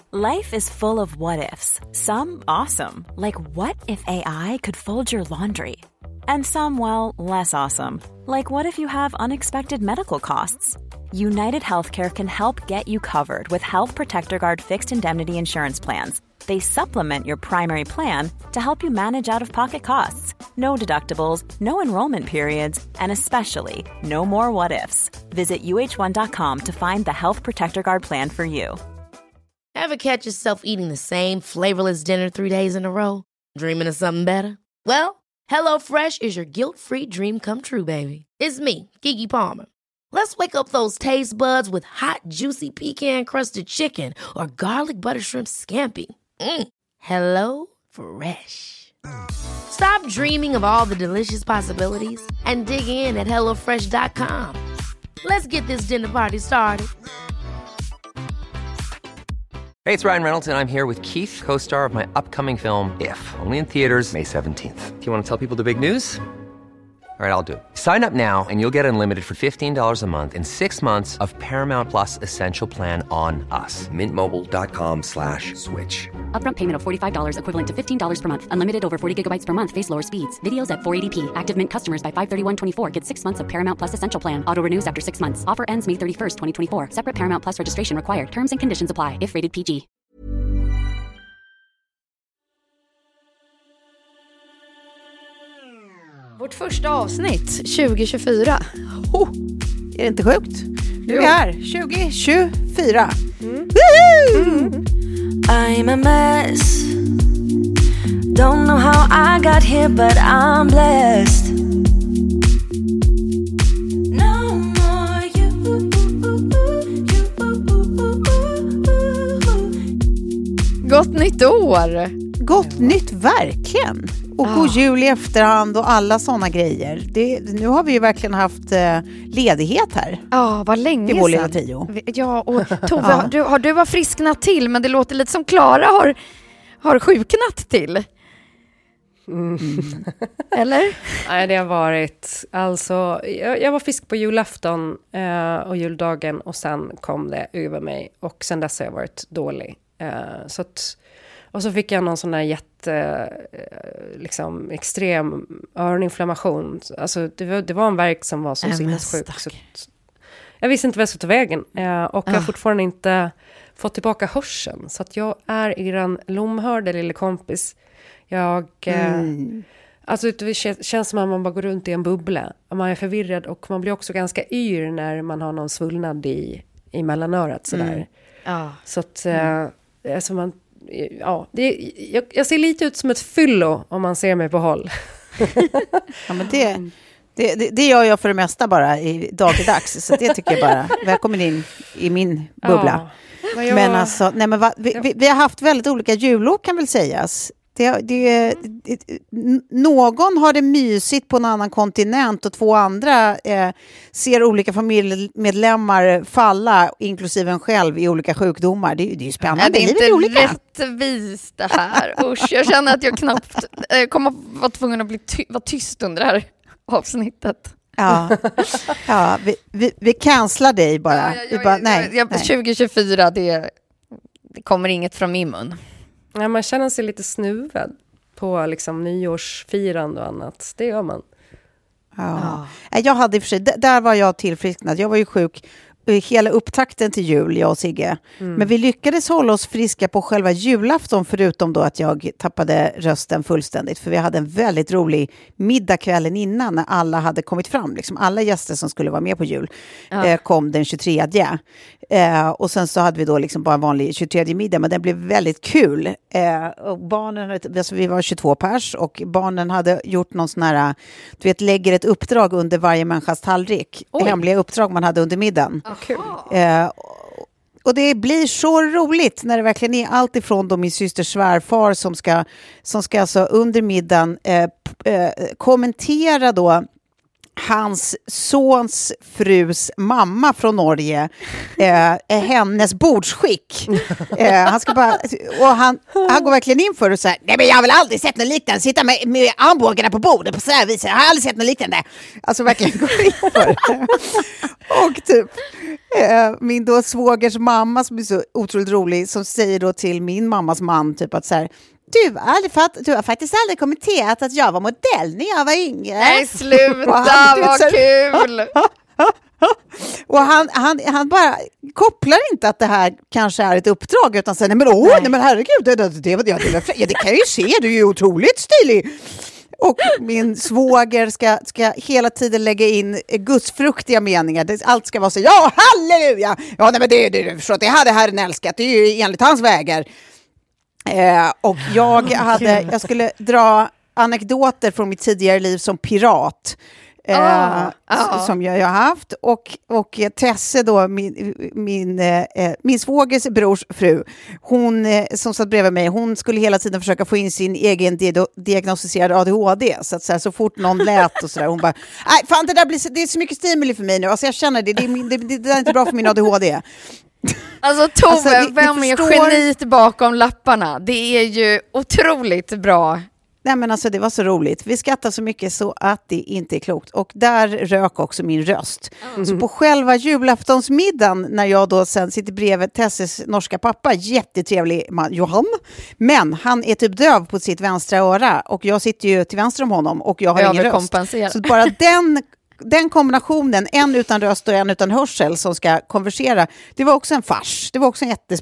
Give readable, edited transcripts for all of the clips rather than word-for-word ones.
Life is full of what-ifs. Some awesome, like what if AI could fold your laundry? And some, well, less awesome, like what if you have unexpected medical costs? United Healthcare can help get you covered with Health Protector Guard fixed indemnity insurance plans. They supplement your primary plan to help you manage out-of-pocket costs. No deductibles, no enrollment periods, and especially no more what-ifs. Visit uh1.com to find the Health Protector Guard plan for you. Ever catch yourself eating the same flavorless dinner 3 days in a row? Dreaming of something better? Well, HelloFresh is your guilt-free dream come true, baby. It's me, Keke Palmer. Let's wake up those taste buds with hot, juicy pecan-crusted chicken or garlic butter shrimp scampi. Hello Fresh. Stop dreaming of all the delicious possibilities and dig in at HelloFresh.com. Let's get this dinner party started. Hey, it's Ryan Reynolds, and I'm here with Keith, co-star of my upcoming film, If, only in theaters May 17th. Do you want to tell people the big news? All right, I'll do it. Sign up now and you'll get unlimited for $15 a month and 6 months of Paramount Plus Essential Plan on us. MintMobile.com/switch. Upfront payment of $45 equivalent to $15 per month. Unlimited over 40 gigabytes per month. Face lower speeds. Videos at 480p. Active Mint customers by 531.24 get 6 months of Paramount Plus Essential Plan. Auto renews after 6 months. Offer ends May 31st, 2024. Separate Paramount Plus registration required. Terms and conditions apply if rated PG. Vårt första avsnitt 2024. Är det inte sjukt? Nu är vi här 2024. I'm a mess. Don't know how I got here, but I'm blessed. No more you. Gott nytt år. Gott nytt, verkligen. Och god jul i efterhand och alla såna grejer. Nu har vi ju verkligen haft ledighet här. Ja, vad länge sedan. I vår lilla sedan. trio. Ja, och Tove, har du var frisknat till, men det låter lite som Klara har sjuknat till. Eller? Nej, det har varit... Alltså, jag var frisk på julafton och juldagen och sen kom det över mig. Och sen dess har jag varit dålig. Och så fick jag någon sån här extrem öroninflammation. Alltså det var en värk som var så sinnessjuk. Så jag visste inte vad jag skulle ta vägen. Och jag har fortfarande inte fått tillbaka hörseln. Så att jag är i den lomhörde lille kompis. Alltså det känns som att man bara går runt i en bubbla. Man är förvirrad och man blir också ganska yr när man har någon svullnad i mellanörat. Sådär. Så att alltså man... Ja, jag ser lite ut som ett fyllo om man ser mig på håll. Ja, men det gör jag för det mesta bara i dagligdags. Så det tycker jag bara. Välkommen in i min bubbla. Men alltså, vi har haft väldigt olika jullov kan väl sägas. Någon har det mysigt på en annan kontinent och 2 andra ser olika familjemedlemmar falla, inklusive en själv, i olika sjukdomar. Det är ju spännande. Det är inte rättvist det här. Usch, jag känner att jag knappt kommer vara tvungen att vara tyst under det här avsnittet. Ja, vi cancelar dig bara. Nej. 2024, det kommer inget från min mun. Ja, man känner sig lite snuvad på liksom nyårsfirande och annat. Det gör man. Ja. Jag hade i och för sig, där var jag tillfrisknad. Jag var ju sjuk hela upptakten till jul, jag och Sigge. Men vi lyckades hålla oss friska på själva julafton, förutom då att jag tappade rösten fullständigt. För vi hade en väldigt rolig middag kvällen innan när alla hade kommit fram. Liksom alla gäster som skulle vara med på jul kom den 23. Och sen så hade vi då liksom bara en vanlig 23 middag, men den blev vältt kul. Och barnen, alltså vi var 22 pers och barnen hade gjort någon sån här, du vet, lägger ett uppdrag under varje människas tallrik. Hemliga uppdrag man hade under middagen. Kul. Och det blir så roligt när det verkligen är allt ifrån då min systers svärfar som ska alltså under middagen kommentera då hans sons frus mamma från Norge är hennes bordsskick. Han ska bara, och han går verkligen in för det så här, nej men jag har väl aldrig sett något liknande, sitta med armbågarna på bordet på så här vis, jag har aldrig sett något liknande. Alltså verkligen går in för det. Och typ min då svågers mamma som är så otroligt rolig, som säger då till min mammas man typ att så här, du har faktiskt aldrig kommenterat att jag var modell när jag var yngre. Nej, sluta, vad kul! Och han bara kopplar inte att det här kanske är ett uppdrag, utan säger, nej men herregud, det kan jag ju se, du är ju otroligt stilig. Och min svåger ska hela tiden lägga in gudsfruktiga meningar. Allt ska vara så, ja, halleluja! Ja, nej men det hade Herren älskat, det är ju enligt hans vägar. Och jag skulle dra anekdoter från mitt tidigare liv som pirat. Som jag har haft. Och Tesse då, min svågers brors fru, hon som satt bredvid mig, hon skulle hela tiden försöka få in sin egen diagnostiserad ADHD. Så fort någon lät och sådär, hon bara, nej fan, det är så mycket stimuli för mig nu. Alltså jag känner det är inte bra för min ADHD. Alltså Tove, vem är genit bakom lapparna? Det är ju otroligt bra. Nej men alltså det var så roligt. Vi skrattar så mycket så att det inte är klokt. Och där rök också min röst. Så på själva julaftonsmiddagen, när jag då sen sitter bredvid Tesses norska pappa, jättetrevlig man, Johan. Men han är typ döv på sitt vänstra öra. Och jag sitter ju till vänster om honom och jag har ingen röst. Så bara den kombinationen, en utan röst och en utan hörsel som ska konversera, det var också en fars. Det var också en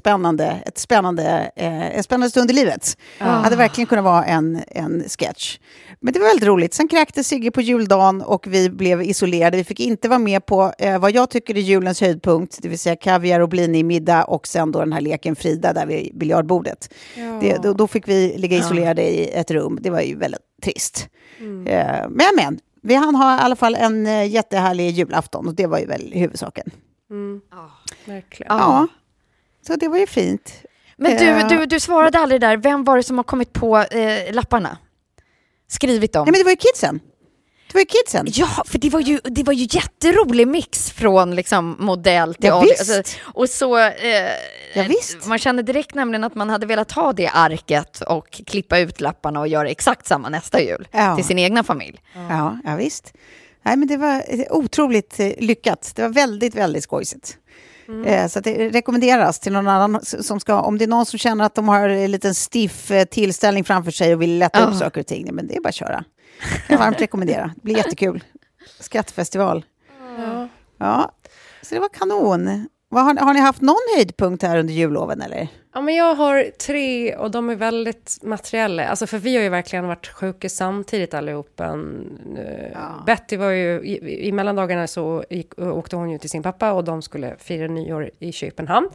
spännande stund i livet. Det hade verkligen kunnat vara en sketch. Men det var väldigt roligt. Sen kräkte Sigge på juldagen och vi blev isolerade. Vi fick inte vara med på vad jag tycker är julens höjdpunkt, det vill säga kaviar och blini middag och sen då den här leken Frida där vid biljardbordet. Då fick vi ligga isolerade i ett rum. Det var ju väldigt trist. Men han har i alla fall en jättehärlig julafton och det var ju väl huvudsaken. Verkligen. Ja, så det var ju fint. Men du svarade aldrig där. Vem var det som har kommit på lapparna? Skrivit dem? Nej, men det var ju kidsen. Ja, för det var ju jätterolig mix från liksom modell till AD. Alltså, och så man kände direkt nämligen att man hade velat ha det arket och klippa ut lapparna och göra exakt samma nästa jul till sin egna familj. Ja, visst. Nej, men det var otroligt lyckat. Det var väldigt, väldigt skojsigt. Så att det rekommenderas till någon annan som ska, om det är någon som känner att de har en liten stiff tillställning framför sig och vill lätta upp saker och ting. Men det är bara att köra. Jag varmt rekommendera. Det blir jättekul. Skrattfestival. Ja, så det var kanon. Har ni haft någon höjdpunkt här under julloven eller? Ja, men jag har 3 och de är väldigt materiella. Alltså för vi har ju verkligen varit sjuka samtidigt allihopa. Betty var ju, i mellandagarna så åkte hon ju till sin pappa och de skulle fira nyår i Köpenhamn.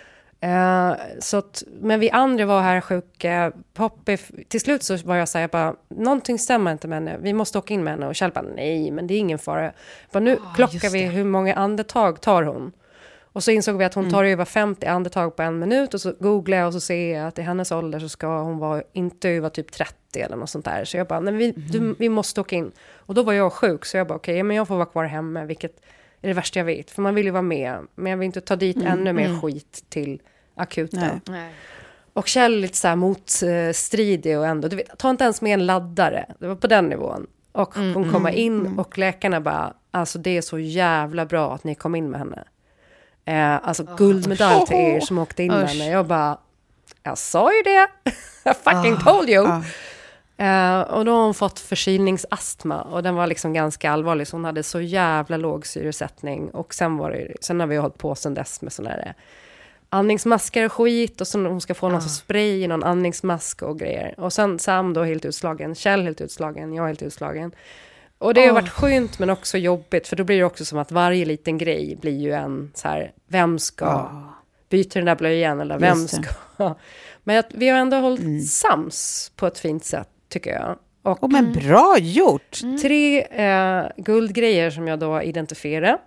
Men vi andra var här sjuka. Poppy, till slut så var jag så här, bara, någonting stämmer inte med henne. Vi måste åka in med henne. Och Kjell bara, nej men det är ingen fara. Bara, nu klockar vi hur många andetag tar hon. Och så insåg vi att hon tar över 50 andetag på 1 minut. Och så googlade jag och så ser jag att i hennes ålder så ska hon vara inte över typ 30 eller något sånt där. Så jag bara, nej, vi måste åka in. Och då var jag sjuk så jag bara, okej, men jag får vara kvar hemma. Vilket är det värsta jag vet. För man vill ju vara med. Men jag vill inte ta dit ännu mer skit till akuten. Nej. Och Kjell lite så här motstridig och ändå, du vet, ta inte ens med en laddare. Det var på den nivån. Och hon kommer in och läkarna bara, alltså det är så jävla bra att ni kom in med henne. Alltså guldmedalj till er som åkte in med henne. Jag bara, jag sa ju det. I fucking told you. Och då har hon fått förkylningsastma och den var liksom ganska allvarlig, så hon hade så jävla låg syresättning. Och sen har vi hållit på sen dess med sån här andningsmasker och skit, och så hon ska få någon spray i någon andningsmask och grejer. Och sen Sam då helt utslagen, Kjell helt utslagen, jag helt utslagen. Och det har varit skönt men också jobbigt, för då blir det också som att varje liten grej blir ju en så här, vem ska byta den där blöjan eller vem ska. Men vi har ändå hållit sams på ett fint sätt tycker jag. Och men bra gjort! 3 guldgrejer som jag då identifierar.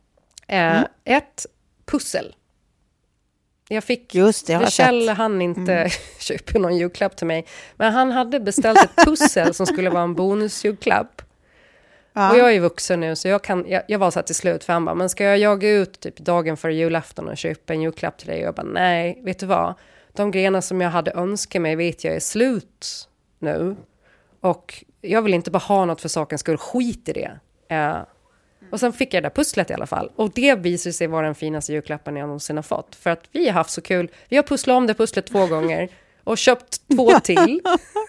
1 pussel. Jag fick, Kjell han inte köpa någon julklapp till mig. Men han hade beställt ett pussel som skulle vara en bonusjulklapp. Ja. Och jag är vuxen nu så jag var så här till slut för han bara, men ska jag jaga ut typ dagen före julafton och köpa en julklapp till dig? Och jag bara, nej, vet du vad? De grejerna som jag hade önskat mig vet jag är slut nu. Och jag vill inte bara ha något för sakens skull, skit i det. Och sen fick jag det där pusslet i alla fall. Och det visade sig vara den finaste julklappen jag någonsin har fått. För att vi har haft så kul. Vi har pusslat om det pusslet 2 gånger. Och köpt 2 till.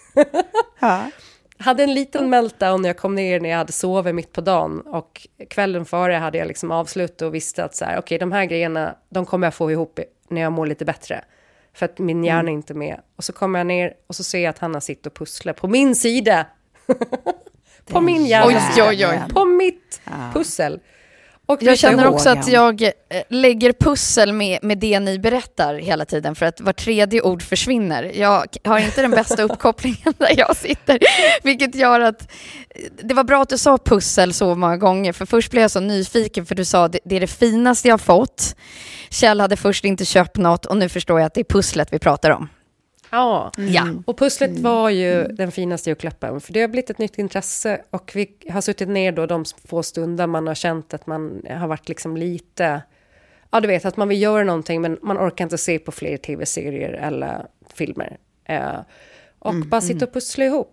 Hade en liten meltdown när jag kom ner när jag hade sovit mitt på dagen. Och kvällen före hade jag liksom avslutat och visste att så här, okej, de här grejerna, de kommer jag få ihop när jag mår lite bättre. För att min hjärna är inte med. Och så kommer jag ner och så ser jag att han har sitt och pusslar på min sida. På min hjärna. På mitt pussel. Och jag känner också att jag lägger pussel med det ni berättar hela tiden för att var tredje ord försvinner. Jag har inte den bästa uppkopplingen där jag sitter, vilket gör att det var bra att du sa pussel så många gånger, för först blev jag så nyfiken för du sa det är det finaste jag har fått. Kjell hade först inte köpt något och nu förstår jag att det är pusslet vi pratar om. Ja, och pusslet var ju den finaste julklappen. För det har blivit ett nytt intresse. Och vi har suttit ner då de få stunder man har känt att man har varit liksom lite... Ja, du vet att man vill göra någonting men man orkar inte se på fler tv-serier eller filmer. Och bara sitta och pussla ihop.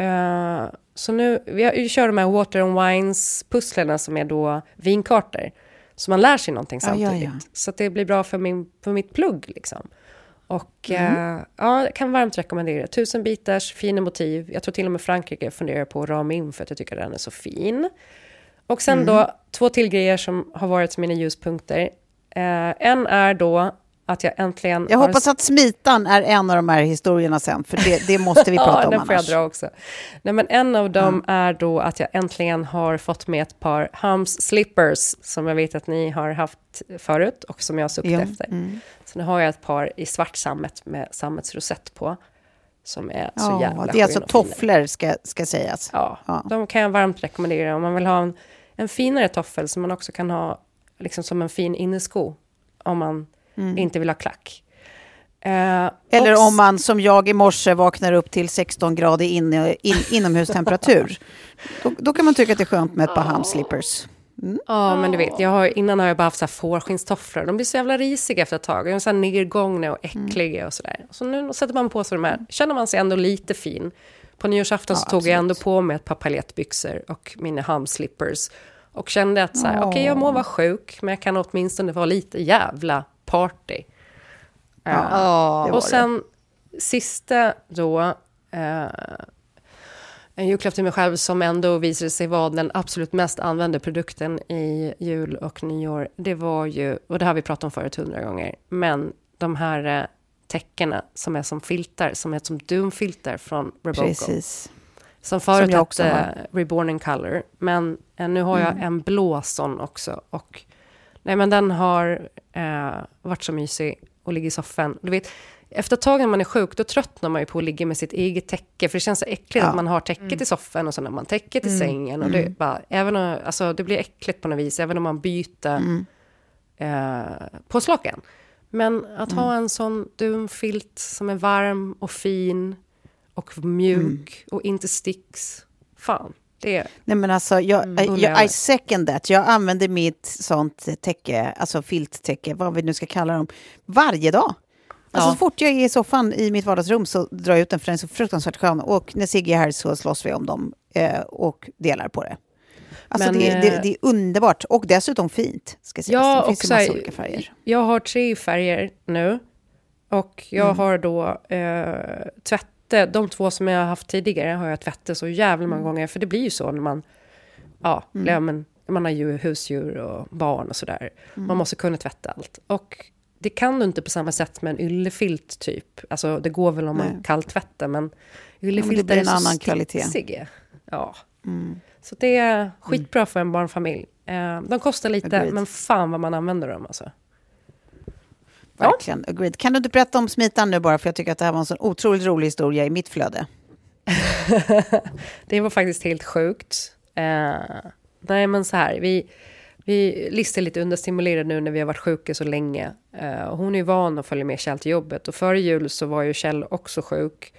Så nu, vi kör de här Water and Wines-pusslerna som är då vinkartor. Så man lär sig någonting samtidigt. Så att det blir bra för mitt plugg liksom. Och jag kan varmt rekommendera 1000 bitars, fina motiv. Jag tror till och med Frankrike funderar på att rama in för att jag tycker att den är så fin. Och sen då 2 till grejer som har varit mina ljuspunkter. En är då att jag äntligen... Jag hoppas att smitan är en av de här historierna sen, för det måste vi prata om den annars. Får jag dra också. Nej, men en av dem är då att jag äntligen har fått med ett par Hams slippers som jag vet att ni har haft förut och som jag har suktat efter. Så nu har jag ett par i svart sammet med sammetsrosett på som är så jävla det är alltså tofflor ska sägas. Ja, de kan jag varmt rekommendera om man vill ha en finare toffel som man också kan ha liksom som en fin innesko om man inte vill ha klack. Eller om man som jag i morse vaknar upp till 16 grader inomhustemperatur. Då kan man tycka att det är skönt med ett par handslippers. Ja, men du vet, innan har jag bara haft så här fårskinnstofflor. De blir så jävla risiga efter ett tag. De är så här nedgångna och äckliga och sådär. Så nu sätter man på sig de här. Känner man sig ändå lite fin. På nyårsafton så tog jag ändå på mig ett par paljettbyxor och mina handslippers. Och kände att så här, okej, jag må vara sjuk, men jag kan åtminstone vara lite jävla party. Och sen sista då en julklapp till mig själv som ändå visade sig vara den absolut mest använda produkten i jul och nyår. Det var ju, och det har vi pratat om förut 100 gånger, men de här täckena som är som filtar, som är som Doom-filter från Reboco. Precis. Som förut hette Reborn in Color. Men nu har jag en blå sån också. Och nej, men den har varit så mysig och ligga i soffan. Du vet, efter ett tag när man är sjuk, då tröttnar man ju på att ligga med sitt eget täcke. För det känns så äckligt att man har täcket i soffan och så när man täcket i sängen. Och det, bara, alltså, det blir äckligt på något vis, även om man byter på slaken. Men att ha en sån dumfilt som är varm och fin och mjuk och inte sticks. Fan, det är... Nej, men alltså, I second that. Jag använder mitt sånt täcke, alltså filttäcke, vad vi nu ska kalla dem, varje dag. Alltså så fort jag är i soffan i mitt vardagsrum så drar jag ut den för den är så fruktansvärt skön. Och när Sigge är här så slåss vi om dem och delar på det. Alltså men, det är underbart och dessutom fint. Ska sägas. Ja, det finns ju massa olika färger. Jag har 3 färger nu och jag har då tvätte. De 2 som jag har haft tidigare har jag tvättat så jävla många gånger. För det blir ju så när man man har ju husdjur och barn och sådär. Man måste kunna tvätta allt. Och det kan du inte på samma sätt med en yllefilt typ. Alltså det går väl om man kalltvättar, men yllefilt är en annan kvalitet. Ja. Så det är skitbra för en barnfamilj. De kostar lite, men fan vad man använder dem alltså. Verkligen, agreed. Kan du inte berätta om smitan nu bara, för jag tycker att det här var en sån otroligt rolig historia i mitt flöde. Det var faktiskt helt sjukt. Nej, men så här, vi listar lite understimulerade nu när vi har varit sjuka så länge. Och hon är ju van att följa med Kjell till jobbet. Och före jul så var ju Kjell också sjuk.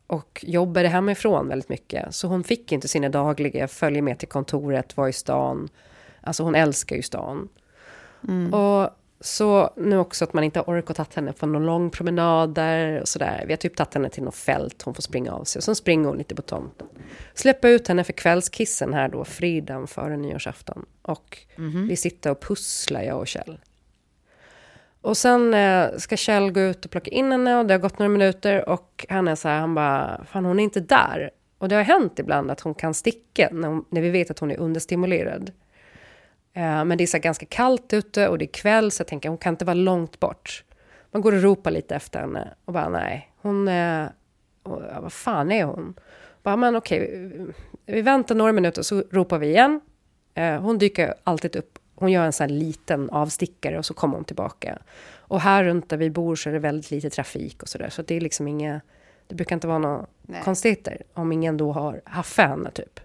och jobbade hemifrån väldigt mycket. Så hon fick inte sina dagliga följa med till kontoret, var i stan. Alltså hon älskar ju stan. Och så nu också att man inte har orkat ta henne på någon lång promenad där och sådär. Vi har typ tagit henne till något fält, hon får springa av sig. Och så springer hon lite på tomten. Släppa ut henne för kvällskissen här då, fredagen före nyårsafton. Och vi sitter och pusslar, jag och Kjell. Och sen ska Kjell gå ut och plocka in henne och det har gått några minuter och han är så här, han bara, fan hon är inte där. Och det har hänt ibland att hon kan sticka när vi vet att hon är understimulerad. Men det är så ganska kallt ute och det är kväll så jag tänker hon kan inte vara långt bort. Man går och ropar lite efter henne och bara nej, hon är, vad fan är hon? Bara men okej, vi väntar några minuter så ropar vi igen. Hon dyker alltid upp. Hon gör en sån här liten avstickare och så kommer hon tillbaka. Och här runt där vi bor så är det väldigt lite trafik och sådär. Så det är liksom inga, det brukar inte vara några konstigheter om ingen då har haft henne typ.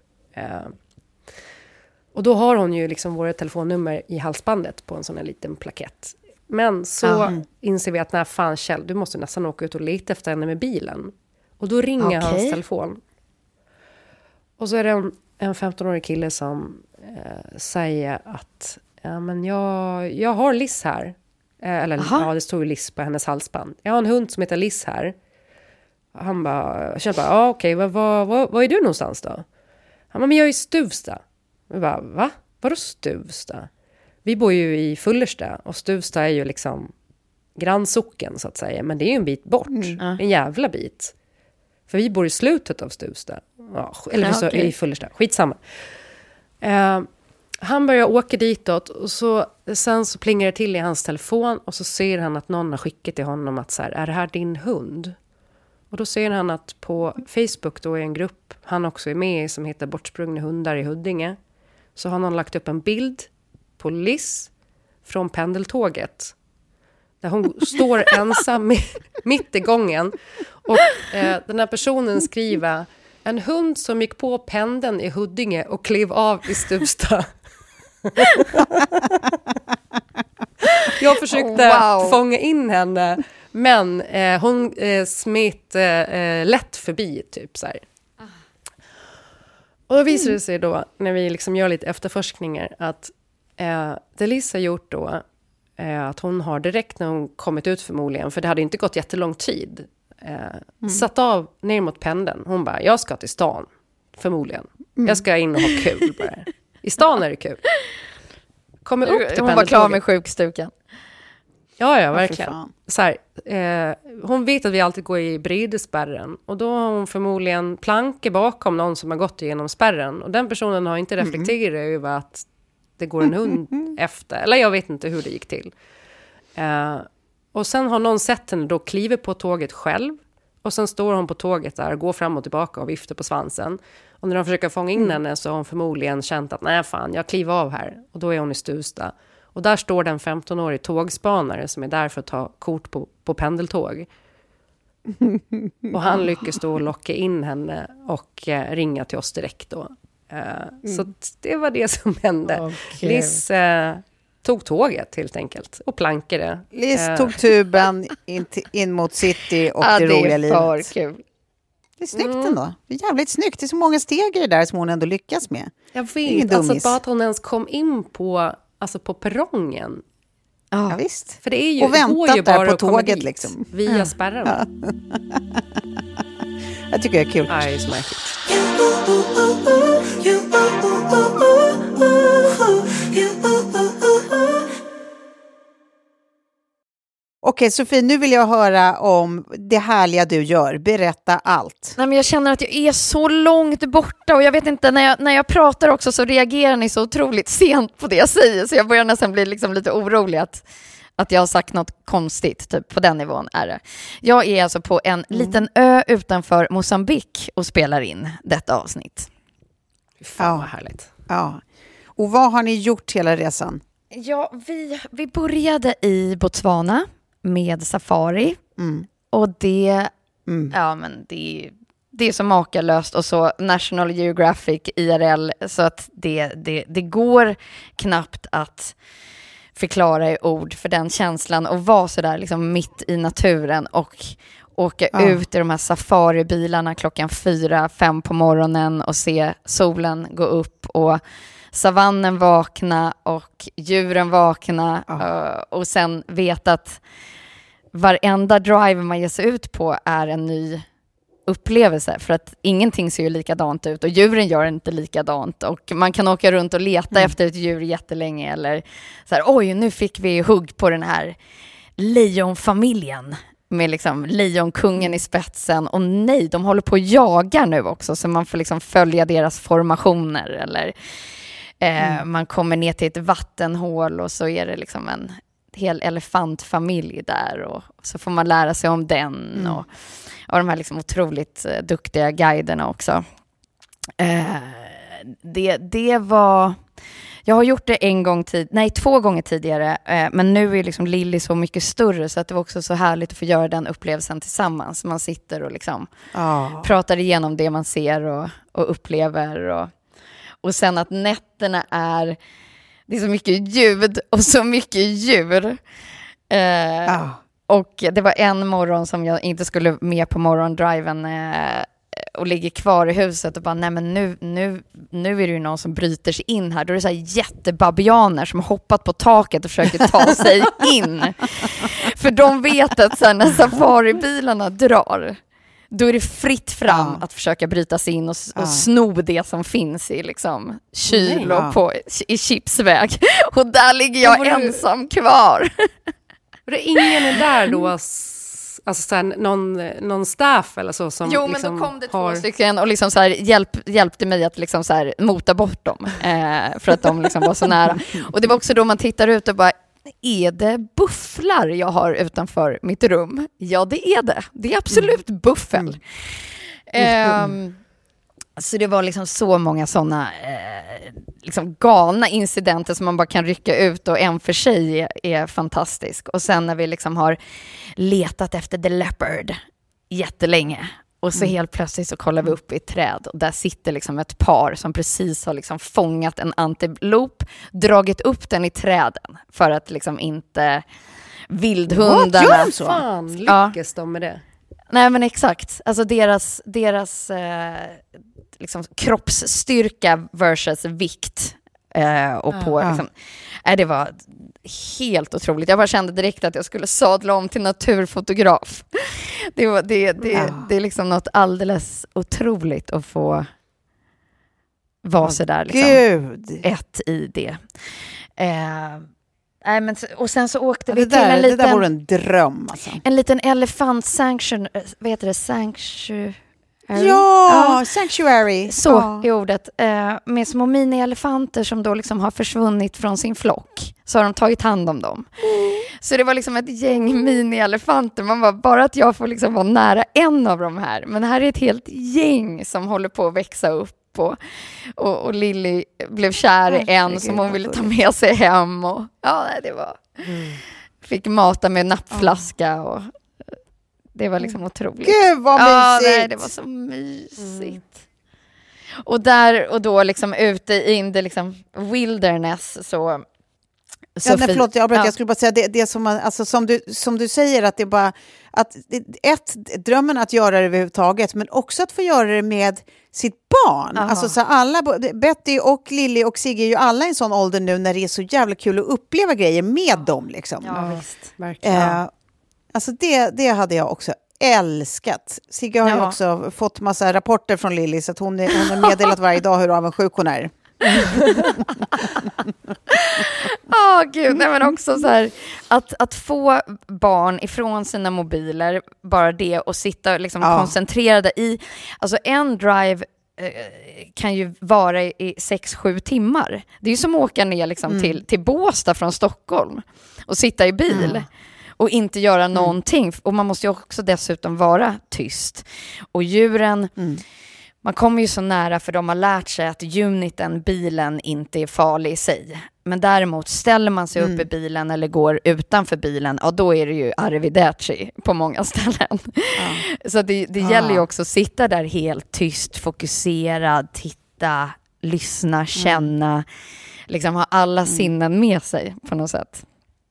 Och då har hon ju liksom våra telefonnummer i halsbandet på en sån här liten plakett. Men så inser vi att nej fan Kjell, du måste nästan åka ut och leta efter henne med bilen. Och då ringer hans telefon. Och så är det en 15-årig kille som säger att ja, men jag har Liz här. Det står ju Liz på hennes halsband. Jag har en hund som heter Liz här. Han bara, okej, var är du någonstans då? Han bara, men jag är i Stuvsta. Vi bara, va? Vadå Stuvsta? Vi bor ju i Fullersta och Stuvsta är ju liksom grannsocken så att säga. Men det är ju en bit bort. En jävla bit. För vi bor i slutet av Stuvsta. Ja, eller så i Fullersta. Skitsamma. Han börjar åka ditåt och sen så plingar det till i hans telefon och så ser han att någon har skickat till honom att så här, är det här din hund? Och då ser han att på Facebook då är en grupp han också är med i som heter Bortsprungna hundar i Huddinge. Så har någon lagt upp en bild på Liz från pendeltåget. Där hon står ensam mitt i gången. Och den här personen skriver en hund som gick på pendeln i Huddinge och klev av i Stuvsta. Jag försökte fånga in henne. Men hon smet lätt förbi typ så här. Och då visar det sig då när vi liksom gör lite efterforskningar att det Liz har gjort då att hon har direkt när hon kommit ut förmodligen, för det hade inte gått jättelång tid, satt av ner mot pendeln. Hon bara, jag ska till stan förmodligen. Jag ska in och ha kul bara. I stan är det kul. Kommer upp till pendeltåget. Hon var klar med sjukstukan. Ja, verkligen. Så här, hon vet att vi alltid går i bredespärren. Och då har hon förmodligen plankor bakom någon som har gått igenom spärren. Och den personen har inte reflekterat över att det går en hund efter. Eller jag vet inte hur det gick till. Och sen har någon sett henne då kliva på tåget själv. Och sen står hon på tåget där, går fram och tillbaka och viftar på svansen. Och när de försöker fånga in henne så har hon förmodligen känt att nej fan, jag kliver av här. Och då är hon i Stuvsta. Och där står den 15-årig tågspanare som är där för att ta kort på pendeltåg. Och han lyckas då locka in henne och ringa till oss direkt då. Så det var det som hände. Liz tog tåget helt enkelt och plankade. Liz tog tuben in mot city och det roliga livet. Det är för kul. Det är snyggt ändå. Det är jävligt snyggt. Det är så många steg i det där som hon ändå lyckas med. Jag vet, alltså bara att hon ens kom in på perrongen. Ja, visst. För det är ju, och väntat ju där på tåget liksom. Via spärrarna. Jag tycker det är kul. Ja, det är så märkligt. Okej, Sofie, nu vill jag höra om det härliga du gör. Berätta allt. Nej, men jag känner att jag är så långt borta och jag vet inte, när jag pratar också så reagerar ni så otroligt sent på det jag säger, så jag börjar nästan bli liksom lite orolig att jag har sagt något konstigt, typ på den nivån är det. Jag är alltså på en liten ö utanför Mozambique och spelar in detta avsnitt. Fan vad härligt. Ja. Och vad har ni gjort hela resan? Ja, vi började i Botswana med safari. Och det är så makalöst och så National Geographic IRL så att det går knappt att förklara i ord för den känslan och vara så där liksom mitt i naturen och åka ut i de här safaribilarna 4-5 på morgonen och se solen gå upp och savannen vakna och djuren vakna och sen veta att varenda drive man ger sig ut på är en ny upplevelse, för att ingenting ser ju likadant ut och djuren gör inte likadant och man kan åka runt och leta efter ett djur jättelänge eller så här, oj, nu fick vi hugg på den här lejonfamiljen med liksom lejonkungen i spetsen och nej, de håller på att jaga nu också så man får liksom följa deras formationer eller man kommer ner till ett vattenhål och så är det liksom en hel elefantfamilj där och så får man lära sig om den och de här liksom otroligt duktiga guiderna också. Det var... Jag har gjort det 2 gånger tidigare, men nu är liksom Lilly så mycket större så att det var också så härligt att få göra den upplevelsen tillsammans. Man sitter och liksom pratar igenom det man ser och upplever och sen att nätterna det är så mycket ljud och så mycket djur. Och det var en morgon som jag inte skulle med på morgondriven och ligger kvar i huset och bara, nej men nu är det ju någon som bryter sig in här. Då är det så här jättebabianer som har hoppat på taket och försöker ta sig in. För de vet att så här, när safaribilarna drar, då är det fritt fram att försöka bryta sig in och sno det som finns i liksom kyl och i chipsväg. Och där ligger jag ensam kvar. Var det ingen är där då? Alltså så här, någon staff eller så som jo, liksom men då kom det 2 stycken och liksom så här hjälpte mig att liksom så här mota bort dem för att de liksom var så nära. Och det var också då man tittar ut och bara, är det bufflar jag har utanför mitt rum? Ja, det är det. Det är absolut buffel. Så det var liksom så många sådana liksom galna incidenter som man bara kan rycka ut och en för sig är fantastisk. Och sen när vi liksom har letat efter The Leopard jättelänge och så helt plötsligt så kollar vi upp i ett träd och där sitter liksom ett par som precis har liksom fångat en antilop, dragit upp den i träden för att liksom inte vildhundarna... Vad gör så? Fan, lyckas de med det? Nej, men exakt. Alltså deras liksom kroppsstyrka versus vikt och på liksom, det var helt otroligt. Jag bara kände direkt att jag skulle sadla om till naturfotograf. Det är liksom något alldeles otroligt att få vara så där liksom, ett i det. Nej, men och sen så åkte vi till en liten... Det där vore en dröm. Alltså. En liten elefant-sanctuary. Vad heter det? Sanctuary? Ja, sanctuary. Så är ordet. Med små mini-elefanter som då liksom har försvunnit från sin flock. Så har de tagit hand om dem. Så det var liksom ett gäng mini-elefanter. Man var bara att jag får liksom vara nära en av de här. Men här är ett helt gäng som håller på att växa upp. Och Lilly blev kär i en som hon ville ta med sig hem och det var fick mata med nappflaska och det var liksom otroligt. Gud vad mysigt. Nej, det var så mysigt. Och där och då liksom ute in det liksom wilderness så förlåt, jag skulle bara säga det som man, alltså som du säger att det är bara att drömmen att göra det överhuvudtaget, men också att få göra det med sitt barn. Alltså så alla, Betty och Lilly och Sigge är ju alla i en sån ålder nu när det är så jävla kul att uppleva grejer med dem liksom. Ja, visst. Verkligen. Alltså det hade jag också älskat. Sigge har ju också fått massa rapporter från Lilly så att hon har meddelat varje dag hur avundsjuk hon är. Gud, nej, men också så här att få barn ifrån sina mobiler, bara det, och sitta liksom koncentrerade i, alltså en drive kan ju vara i 6-7 timmar. Det är ju som att åka ner liksom till Båstad från Stockholm och sitta i bil och inte göra någonting, och man måste ju också dessutom vara tyst, och djuren man kommer ju så nära, för de har lärt sig att uniten, bilen, inte är farlig i sig. Men däremot ställer man sig upp i bilen eller går utanför bilen, då är det ju arrivederci på många ställen. Så det gäller ju också att sitta där helt tyst, fokuserad, titta, lyssna, känna. liksom ha alla sinnen med sig på något sätt.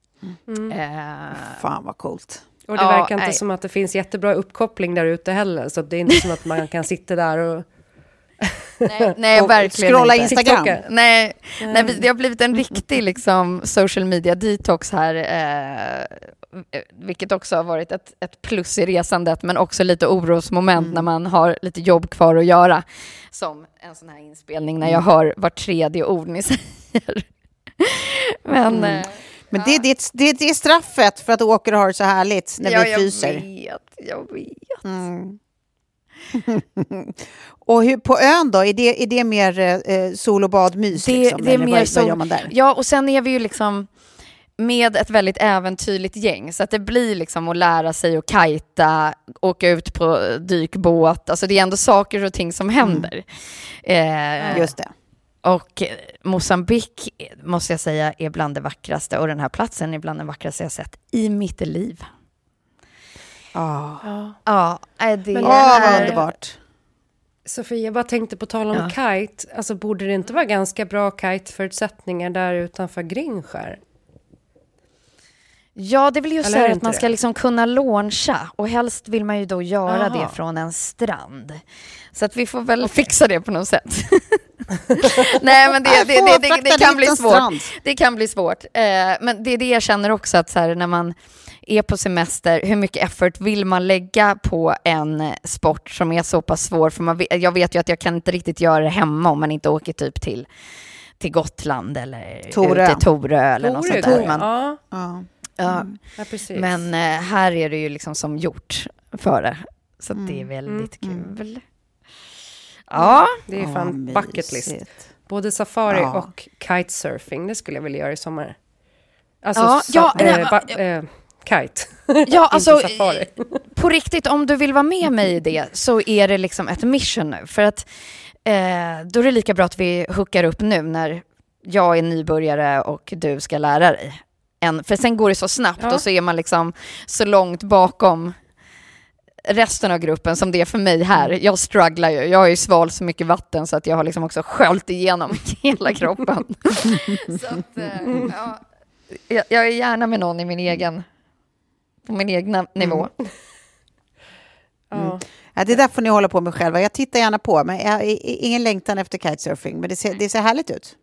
Fan vad coolt. Och det verkar inte som att det finns jättebra uppkoppling där ute heller, så det är inte som att man kan sitta där och nej, verkligen scrolla inte. Instagram. Nej, det har blivit en riktig liksom social media detox här, vilket också har varit ett plus i resandet, men också lite orosmoment när man har lite jobb kvar att göra, som en sån här inspelning när jag hör var tredje ord ni säger. Men det är straffet för att du åker och har det så härligt när vi fryser. Jag vet. Och hur, på ön då? Är det mer sol- och badmys? Det är mer vad gör man där? Ja, och sen är vi ju liksom med ett väldigt äventyrligt gäng, så att det blir liksom att lära sig att kajta, åka ut på dykbåt. Alltså det är ändå saker och ting som händer. Just det. Och Mosambik måste jag säga är bland det vackraste, och den här platsen är bland det vackraste jag sett i mitt liv. Vad underbart. Sofia, jag bara tänkte på tal om kite. Alltså borde det inte vara ganska bra kiteförutsättningar där utanför Gringskär? Ja, det vill ju säga att man ska liksom kunna launcha, och helst vill man ju då göra det från en strand. Så att vi får väl fixa det på något sätt. Nej, men det kan bli svårt. Det kan bli svårt. Men det är det jag känner också, att så här, när man är på semester, hur mycket effort vill man lägga på en sport som är så pass svår? För jag vet ju att jag kan inte riktigt göra det hemma om man inte åker typ till Gotland eller ut till Torö eller något sånt där. Ja, precis. Men här är det ju liksom som gjort för det. Så det är väldigt kul. Ja. Det är fan bucket list. Både safari och kitesurfing, det skulle jag vilja göra i sommar. Alltså kite. Ja, alltså på riktigt, om du vill vara med mig i det, så är det liksom ett mission nu. För att då är det lika bra att vi hookar upp nu när jag är nybörjare och du ska lära dig. För sen går det så snabbt och så är man liksom så långt bakom resten av gruppen som det är för mig här. Jag strugglar ju. Jag har ju svalt så mycket vatten så att jag har liksom också sköljt igenom hela kroppen. Så att, jag är gärna med någon på min egna nivå. Ja, det där får ni hålla på med själva. Jag tittar gärna på, men jag har ingen längtan efter kitesurfing, men det ser härligt ut.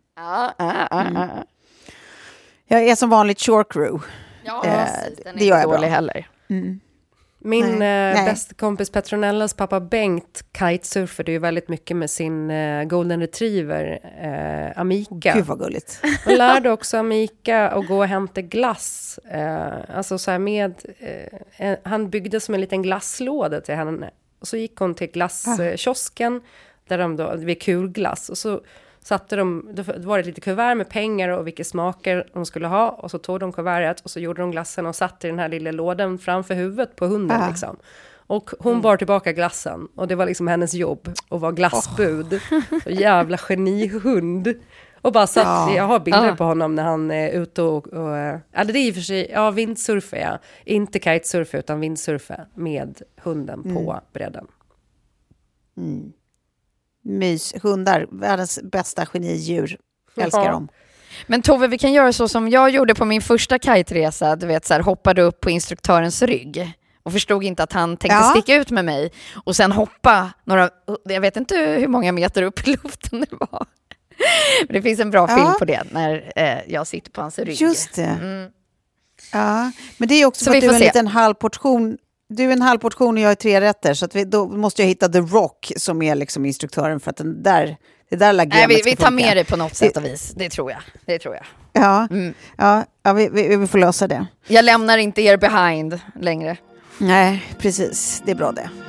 Jag är som vanligt shore crew. Ja, det gör jag bra. Heller. Min bästa kompis Petronellas pappa Bengt kitesurfade ju väldigt mycket med sin golden retriever Amika. Gud vad gulligt. Hon lärde också Amika att gå och hämta glass. Alltså så här med han byggde som en liten glasslåda till henne. Och så gick hon till glasskiosken där de då vid kulglass, och så satte då var det lite kuvert med pengar och vilka smaker de skulle ha, och så tog de kuvertet och så gjorde de glassen och satte i den här lilla lådan framför huvudet på hunden liksom. Och hon bar tillbaka glassen, och det var liksom hennes jobb att vara glassbud. Så jävla genihund. Och bara satt, jag har bilder på honom när han är ute och det är i och för sig, vindsurfa jag. Inte kitesurfa utan vindsurfa med hunden på bredden. Mys, hundar, världens bästa genidjur. Älskar dem. Men Tove, vi kan göra så som jag gjorde på min första kite-resa. Du vet, så här, hoppade upp på instruktörens rygg och förstod inte att han tänkte sticka ut med mig. Och sen hoppa jag vet inte hur många meter upp i luften det var. Men det finns en bra film på det när jag sitter på hans rygg. Just det. Ja, men det är också så för att du är en liten halvportion. Du är en halvportion och jag är 3 rätter, så att då måste jag hitta The Rock som är liksom instruktören, för att det där lagemet vi tar med det på något sätt och vis. Det tror jag. Ja, vi får lösa det. Jag lämnar inte er behind längre. Nej, precis. Det är bra det.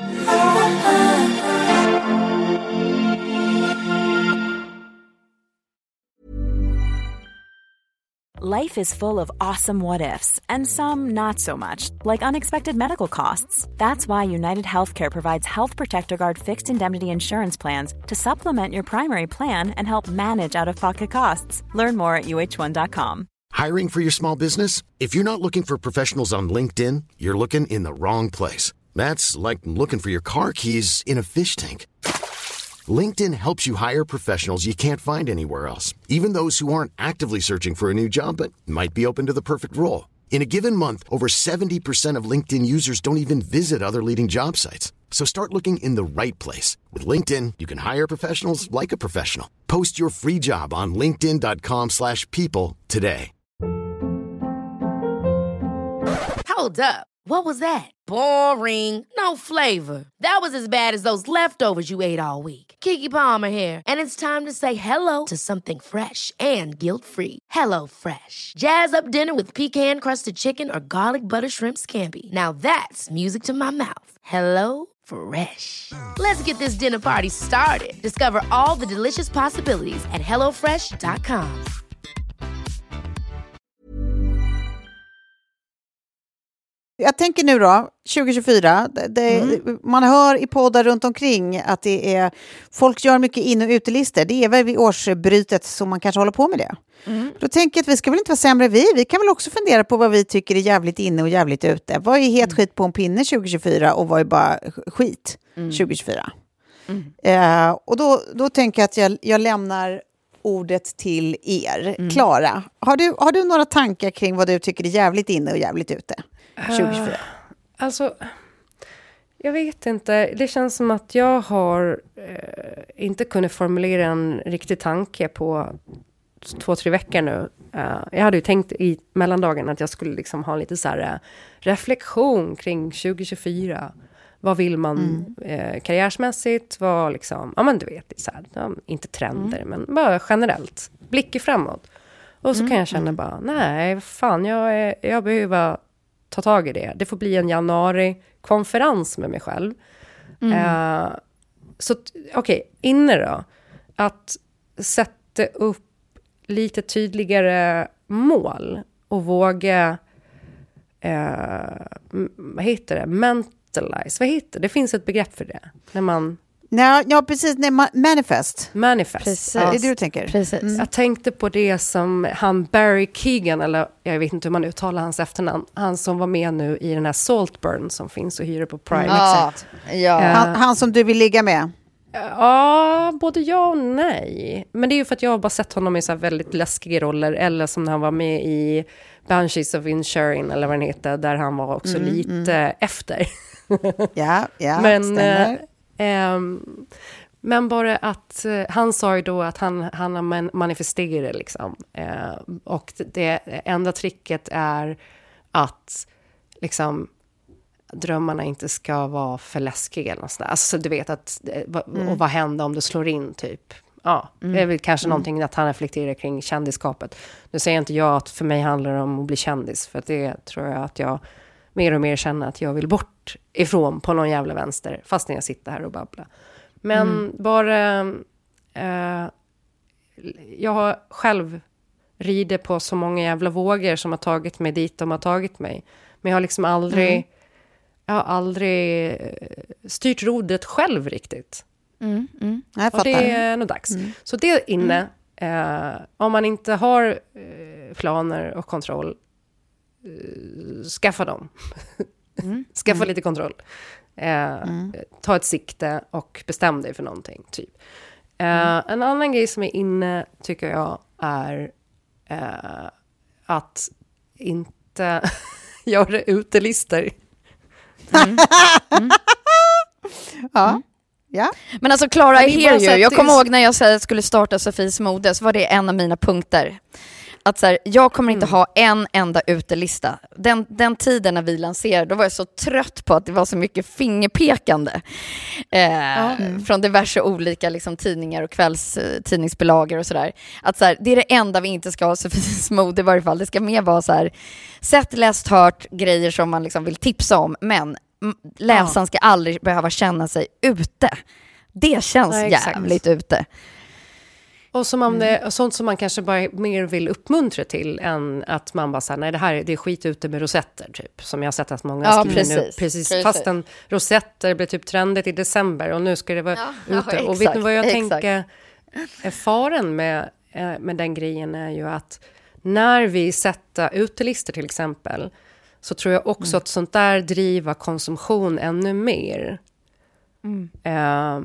Life is full of awesome what ifs, and some not so much, like unexpected medical costs. That's why United Healthcare provides Health Protector Guard fixed indemnity insurance plans to supplement your primary plan and help manage out-of-pocket costs. Learn more at uh1.com. Hiring for your small business? If you're not looking for professionals on LinkedIn, you're looking in the wrong place. That's like looking for your car keys in a fish tank. LinkedIn helps you hire professionals you can't find anywhere else, even those who aren't actively searching for a new job but might be open to the perfect role. In a given month, over 70% of LinkedIn users don't even visit other leading job sites. So start looking in the right place. With LinkedIn, you can hire professionals like a professional. Post your free job on linkedin.com/people today. Hold up. What was that? Boring. No flavor. That was as bad as those leftovers you ate all week. Keke Palmer here, and it's time to say hello to something fresh and guilt-free. Hello Fresh. Jazz up dinner with pecan-crusted chicken or garlic butter shrimp scampi. Now that's music to my mouth. Hello Fresh. Let's get this dinner party started. Discover all the delicious possibilities at hellofresh.com. Jag tänker nu då, 2024, man hör i poddar runt omkring att det är, folk gör mycket in- och utelister. Det är väl vid årsbrytet som man kanske håller på med det. Då tänker jag att vi ska väl inte vara sämre vi kan väl också fundera på vad vi tycker är jävligt inne och jävligt ute. Vad är helt skit på en pinne 2024 och vad är bara skit 2024? Och då tänker jag att jag lämnar ordet till er. Klara, har du några tankar kring vad du tycker är jävligt inne och jävligt ute 2024? Alltså, jag vet inte. Det känns som att jag har inte kunnat formulera en riktig tanke på 2-3 veckor nu. Jag hade ju tänkt i mellandagen att jag skulle liksom ha lite så här reflektion kring 2024. Vad vill man karriärsmässigt? Vad liksom, ja men du vet, så här, inte trender, men bara generellt. Blickar framåt. Och så kan jag känna bara, nej, fan, jag behöver ta tag i det. Det får bli en januari-konferens med mig själv. Så okej, inne då. Att sätta upp lite tydligare mål och våga vad heter det? Mentalize. Vad heter det? Det finns ett begrepp för det. När man... Ja, precis. Manifest. Precis. Det är det du tänker? Precis. Jag tänkte på det som han Barry Keegan, eller jag vet inte hur man uttalar hans efternamn, han som var med nu i den här Saltburn som finns och hyra på Prime. Han som du vill ligga med? Ja, både ja och nej. Men det är ju för att jag har bara sett honom i så här väldigt läskiga roller, eller som när han var med i Banshees of Inisherin, eller vad den heter, där han var också lite efter. Ja, men men bara att han sa ju då att han har manifesterat liksom. Och det enda tricket är att liksom drömmarna inte ska vara för läskiga eller något sådär. Alltså du vet att och vad händer om det slår in typ. Ja, det är väl kanske någonting att han reflekterar kring kändiskapet. Nu säger inte jag att för mig handlar det om att bli kändis, för att det tror jag att jag mer och mer känner att jag vill bort ifrån på någon jävla vänster, fast när jag sitter här och babblar. Men bara jag har själv ridit på så många jävla vågor som har tagit mig dit de har tagit mig. Men jag har liksom jag har aldrig styrt rodret själv riktigt. Och det är nog dags. Så det är inne. Om man inte har planer och kontroll, skaffa dem. Skaffa lite kontroll. Ta ett sikte och bestäm dig för någonting typ. En annan grej som är inne tycker jag är att inte göra utelister. Ja. Men alltså Klara, I hear you. Jag kommer ihåg när jag sa att jag skulle starta Sofies mode, så var det en av mina punkter. Att så här, jag kommer inte ha en enda utelista. Den tiden när vi lanserade, då var jag så trött på att det var så mycket fingerpekande från diverse olika liksom, tidningar och kvällstidningsbilagor och sådär. Att så här, det är det enda vi inte ska ha Sofies mode i varje fall. Det ska mer vara så här, sett, läst, hört grejer som man liksom vill tipsa om, men läsaren ska aldrig behöva känna sig ute. Det känns jävligt ute. Och som om det, sånt som man kanske bara mer vill uppmuntra till än att man bara säger nej, det är skit ute med rosetter typ, som jag har sett att många skriver nu. Precis. Fast en rosetter blir typ trendigt i december och nu ska det vara ute. Och vet ni vad jag tänker? Faren med den grejen är ju att när vi sätter utelister till exempel, så tror jag också att sånt där driver konsumtion ännu mer.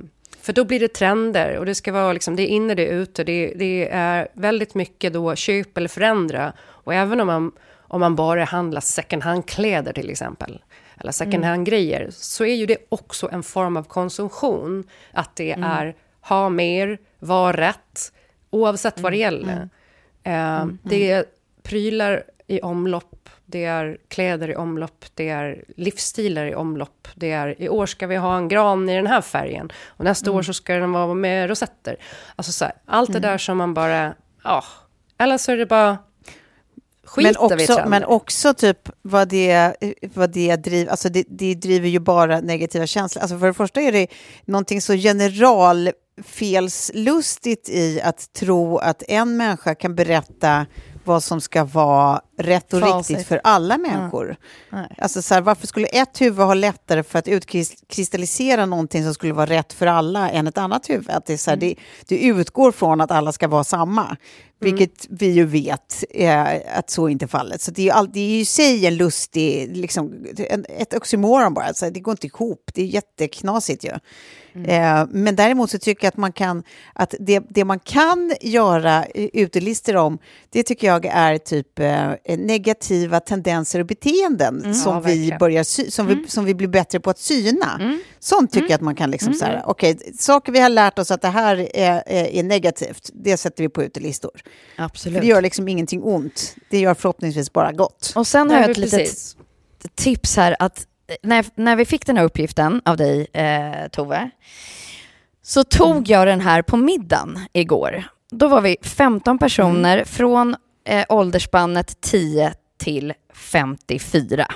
För då blir det trender och det ska vara liksom, det är inne, det är ute. Det är väldigt mycket då köp eller förändra. Och även om man bara handlar second hand-kläder till exempel, eller second hand-grejer, så är ju det också en form av konsumtion. Att det är ha mer, var rätt, oavsett vad det gäller. Det är prylar i omlopp, det är kläder i omlopp, det är livsstilar i omlopp. Det är, i år ska vi ha en gran i den här färgen och nästa år så ska den vara med rosetter. Alltså så här, allt det där som man bara, eller så är det bara men också typ vad det driver, alltså det driver ju bara negativa känslor. Alltså för det första är det någonting så generalfelslustigt i att tro att en människa kan berätta vad som ska vara rätt och riktigt för alla människor. Alltså så här, varför skulle ett huvud ha lättare för att utkristallisera någonting som skulle vara rätt för alla än ett annat huvud? Att det är så här, det utgår från att alla ska vara samma. Vilket vi ju vet att så inte är fallet. Så det är ju i sig en lustig, liksom, ett oxymoron bara. Alltså, det går inte ihop. Det är jätteknasigt ju. Men däremot så tycker jag att man kan, att det man kan göra utelistor om, det tycker jag är typ negativa tendenser och beteenden som som vi blir bättre på att syna. Sånt tycker jag att man kan liksom så här, okej, saker vi har lärt oss att det här är negativt, det sätter vi på utelistor. Absolut. För det gör liksom ingenting ont. Det gör förhoppningsvis bara gott. Och sen har jag ett litet tips här att när vi fick den här uppgiften av dig, Tove, så tog jag den här på middagen igår. Då var vi 15 personer från åldersspannet 10 till 54.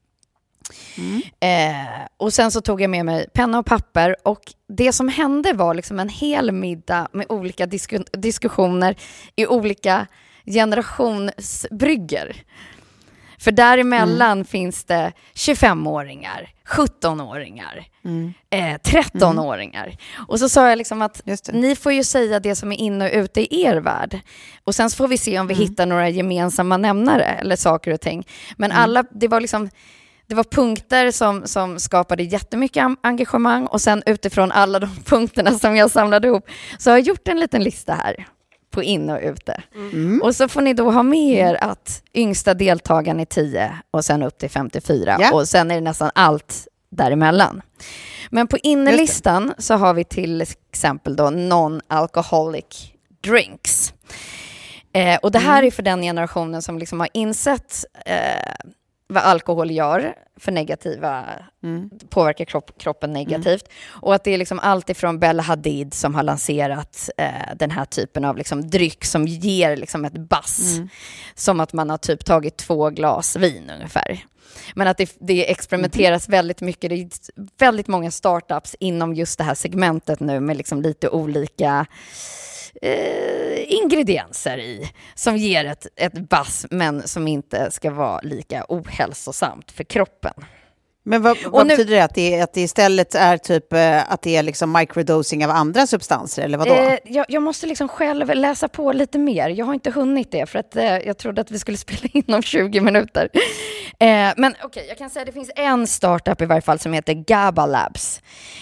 Och sen så tog jag med mig penna och papper, och det som hände var liksom en hel middag med olika diskussioner i olika generationsbrygger. För däremellan finns det 25-åringar, 17-åringar, 13-åringar. Och så sa jag liksom att ni får ju säga det som är inne och ute i er värld. Och sen så får vi se om vi hittar några gemensamma nämnare eller saker och ting. Men alla, det var punkter som skapade jättemycket engagemang. Och sen utifrån alla de punkterna som jag samlade ihop så har jag gjort en liten lista här på inne och ute. Och så får ni då ha med er att yngsta deltagaren är 10 och sen upp till 54. Och sen är det nästan allt däremellan. Men på innelistan så har vi till exempel då non-alcoholic drinks. Och det här är för den generationen som liksom har insett vad alkohol gör för negativa, påverkar kroppen negativt. Och att det är liksom allt ifrån Bella Hadid som har lanserat den här typen av liksom dryck som ger liksom ett bass. Som att man har typ tagit 2 glas vin ungefär. Men att det experimenteras väldigt mycket. Det är väldigt många startups inom just det här segmentet nu med liksom lite olika ingredienser i som ger ett bass men som inte ska vara lika ohälsosamt för kroppen. Men vad betyder det? Att det istället är typ att det är liksom microdosing av andra substanser eller vadå? Jag måste liksom själv läsa på lite mer. Jag har inte hunnit det för att jag trodde att vi skulle spela in om 20 minuter. Men okej, jag kan säga att det finns en startup i varje fall som heter GABA Labs.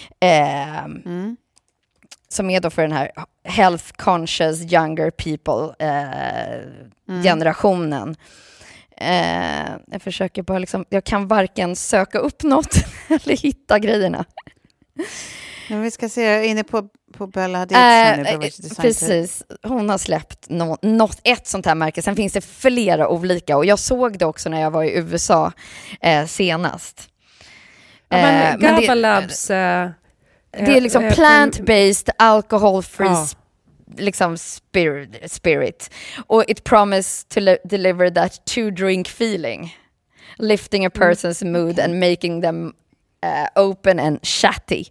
Som är då för den här health conscious younger people generationen. Jag försöker bara liksom, jag kan varken söka upp något eller hitta grejerna. Men vi ska se, inne på Bella Hadid. Precis, hon har släppt ett sånt här märke. Sen finns det flera olika och jag såg det också när jag var i USA senast. Men GABA Labs... det är liksom plant-based, alcohol-free liksom spirit. Och it promises to deliver that two-drink feeling. Lifting a person's mood and making them open and chatty.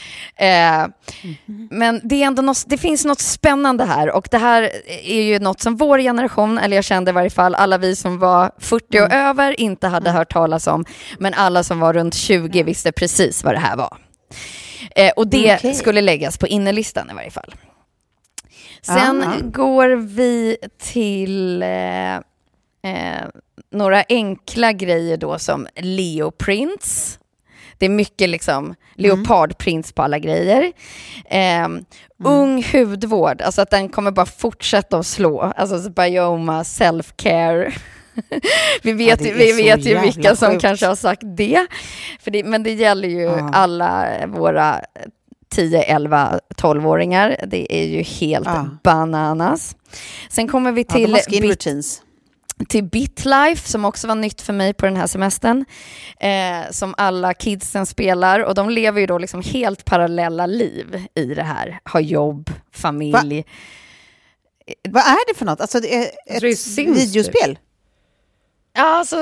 Men det är ändå det finns något spännande här. Och det här är ju något som vår generation, eller jag kände i varje fall, alla vi som var 40 och över inte hade hört talas om. Men alla som var runt 20 visste precis vad det här var. Och det skulle läggas på innelistan i varje fall. Sen går vi till några enkla grejer då som Leo Prints. Det är mycket liksom leopardprins på alla grejer. Ung hudvård, alltså att den kommer bara fortsätta att slå. Alltså Bioma, self-care. vi vet ju vilka som kanske har sagt det. Men det gäller ju alla våra 10, 11, 12-åringar. Det är ju helt bananas. Sen kommer vi till BitLife som också var nytt för mig på den här semestern. Som alla kidsen spelar. Och de lever ju då liksom helt parallella liv i det här. Har jobb, familj. Vad är det för något? Alltså det är ett videospel? Ja, alltså...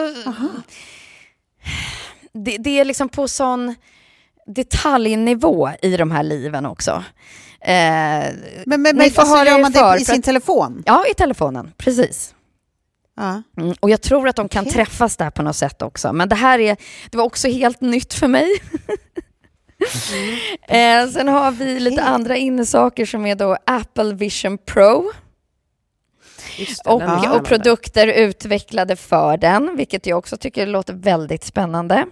Det är liksom på sån detaljnivå i de här liven också. Men gör man det i sin telefon? Ja, i telefonen, precis. Och jag tror att de kan träffas där på något sätt också. Men det var också helt nytt för mig. Sen har vi lite andra innesaker som är då Apple Vision Pro. Och produkter utvecklade för den, vilket jag också tycker låter väldigt spännande.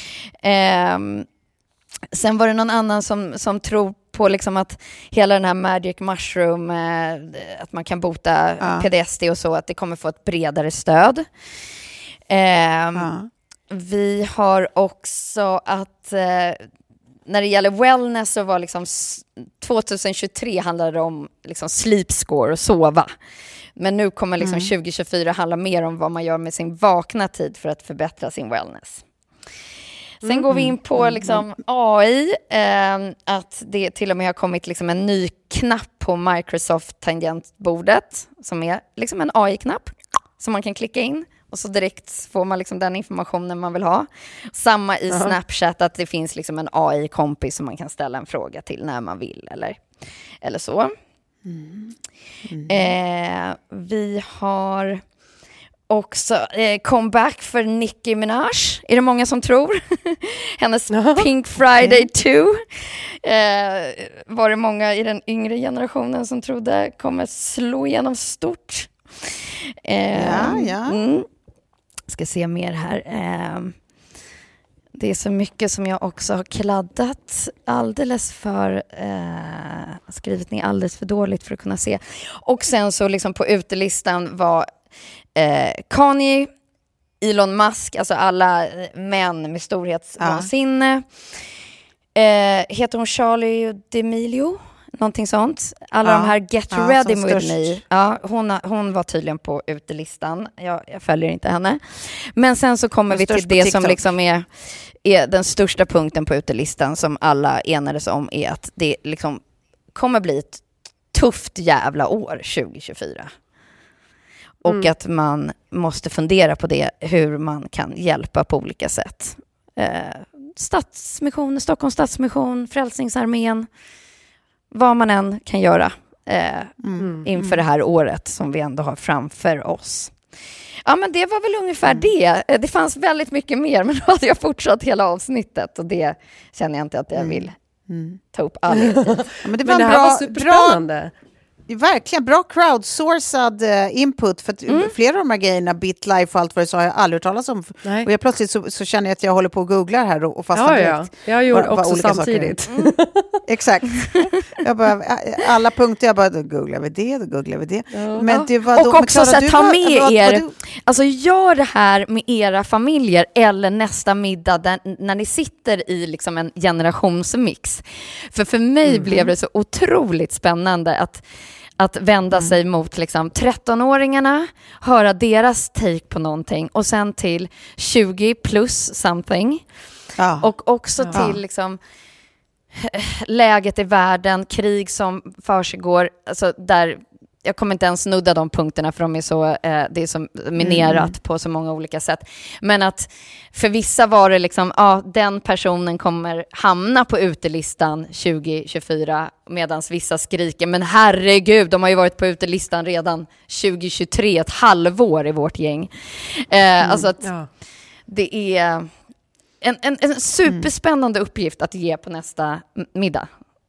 Sen var det någon annan som tror på liksom att hela den här Magic Mushroom, att man kan bota PTSD och så, att det kommer få ett bredare stöd. Vi har också att när det gäller wellness så var liksom 2023 handlade det om liksom sleep score och sova. Men nu kommer liksom 2024 handla mer om vad man gör med sin vakna tid för att förbättra sin wellness. Sen går vi in på liksom AI, att det till och med har kommit liksom en ny knapp på Microsoft tangentbordet som är liksom en AI-knapp som man kan klicka in och så direkt får man liksom den informationen man vill ha. Samma i Snapchat, att det finns liksom en AI-kompis som man kan ställa en fråga till när man vill eller så. Vi har också comeback för Nicki Minaj, är det många som tror. Hennes Pink Friday 2 var det många i den yngre generationen som trodde kommer slå igenom stort. Ska se mer här. Det är så mycket som jag också har kladdat alldeles för, skrivit ner alldeles för dåligt för att kunna se. Och sen så liksom på utelistan var Kanye, Elon Musk, alltså alla män med storhetsvansinne. Heter hon Charlie D'Amelio? Någonting sånt. Alla de här Get Ready With Me. Ja, hon var tydligen på utelistan. Jag följer inte henne. Men sen så kommer vi till det som liksom är den största punkten på utelistan som alla enades om, är att det liksom kommer bli ett tufft jävla år 2024. Och att man måste fundera på det, hur man kan hjälpa på olika sätt. Stadsmission, Stockholms Stadsmission, Frälsningsarmén, vad man än kan göra inför det här året som vi ändå har framför oss. Ja, men det var väl ungefär det. Det fanns väldigt mycket mer, men då hade jag fortsatt hela avsnittet och det känner jag inte att jag vill ta upp allt. Men det var superspännande. Verkligen bra crowdsourcad input, för att flera av de här grejerna, BitLife och allt vad det så har jag aldrig hört talas om. Nej. Och jag plötsligt så känner jag att jag håller på och googlar här och fastnar direkt. Jag gjorde också samtidigt. Exakt. Jag bara, alla punkter, jag bara, då googlar vi det. Ja. Men det var och också så att ta med er, alltså gör det här med era familjer eller nästa middag när ni sitter i liksom en generationsmix. För mig blev det så otroligt spännande att vända sig mot liksom 13-åringarna, höra deras take på någonting och sen till 20 plus something. Och också till liksom läget i världen, krig som försiggår, alltså där jag kommer inte ens snudda de punkterna för de är så, det är så minerat på så många olika sätt. Men att för vissa var det liksom, den personen kommer hamna på utelistan 2024 medan vissa skriker, men herregud, de har ju varit på utelistan redan 2023, ett halvår i vårt gäng. Alltså att det är en superspännande uppgift att ge på nästa middag.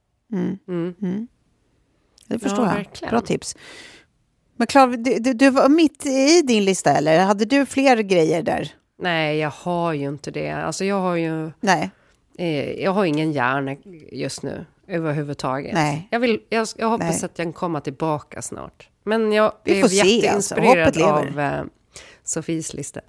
Det förstår jag. Verkligen. Bra tips. Men Klara, du var mitt i din lista, eller? Hade du fler grejer där? Nej, jag har ju inte det. Alltså jag har ju... Nej. Jag har ingen hjärna just nu överhuvudtaget. Nej. Jag hoppas att jag kan komma tillbaka snart. Men jag är jätteinspirerad av Sofies lista.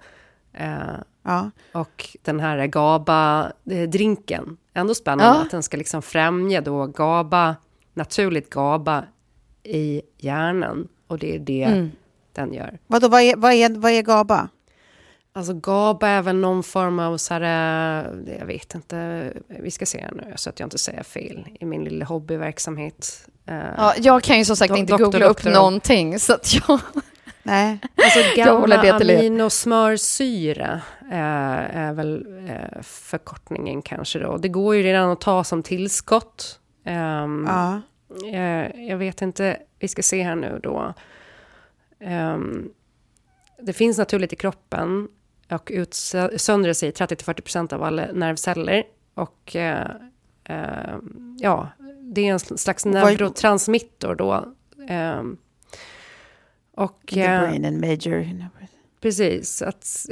Och den här GABA-drinken. Ändå spännande att den ska liksom främja då naturligt GABA i hjärnan. Och det är det den gör. Vad är GABA? Alltså GABA är väl någon form av så här, jag vet inte, vi ska se nu så att jag inte säger fel i min lilla hobbyverksamhet. Jag kan ju som sagt inte googla upp någonting så att jag... Nej. Alltså gamma-aminosmörsyra är väl förkortningen kanske då. Det går ju redan att ta som tillskott. Jag vet inte, vi ska se här nu då. Det finns naturligt i kroppen och utsöndrar sig 30-40% av alla nervceller. Och det är en slags neurotransmitter då. Och the brain and major. Precis, att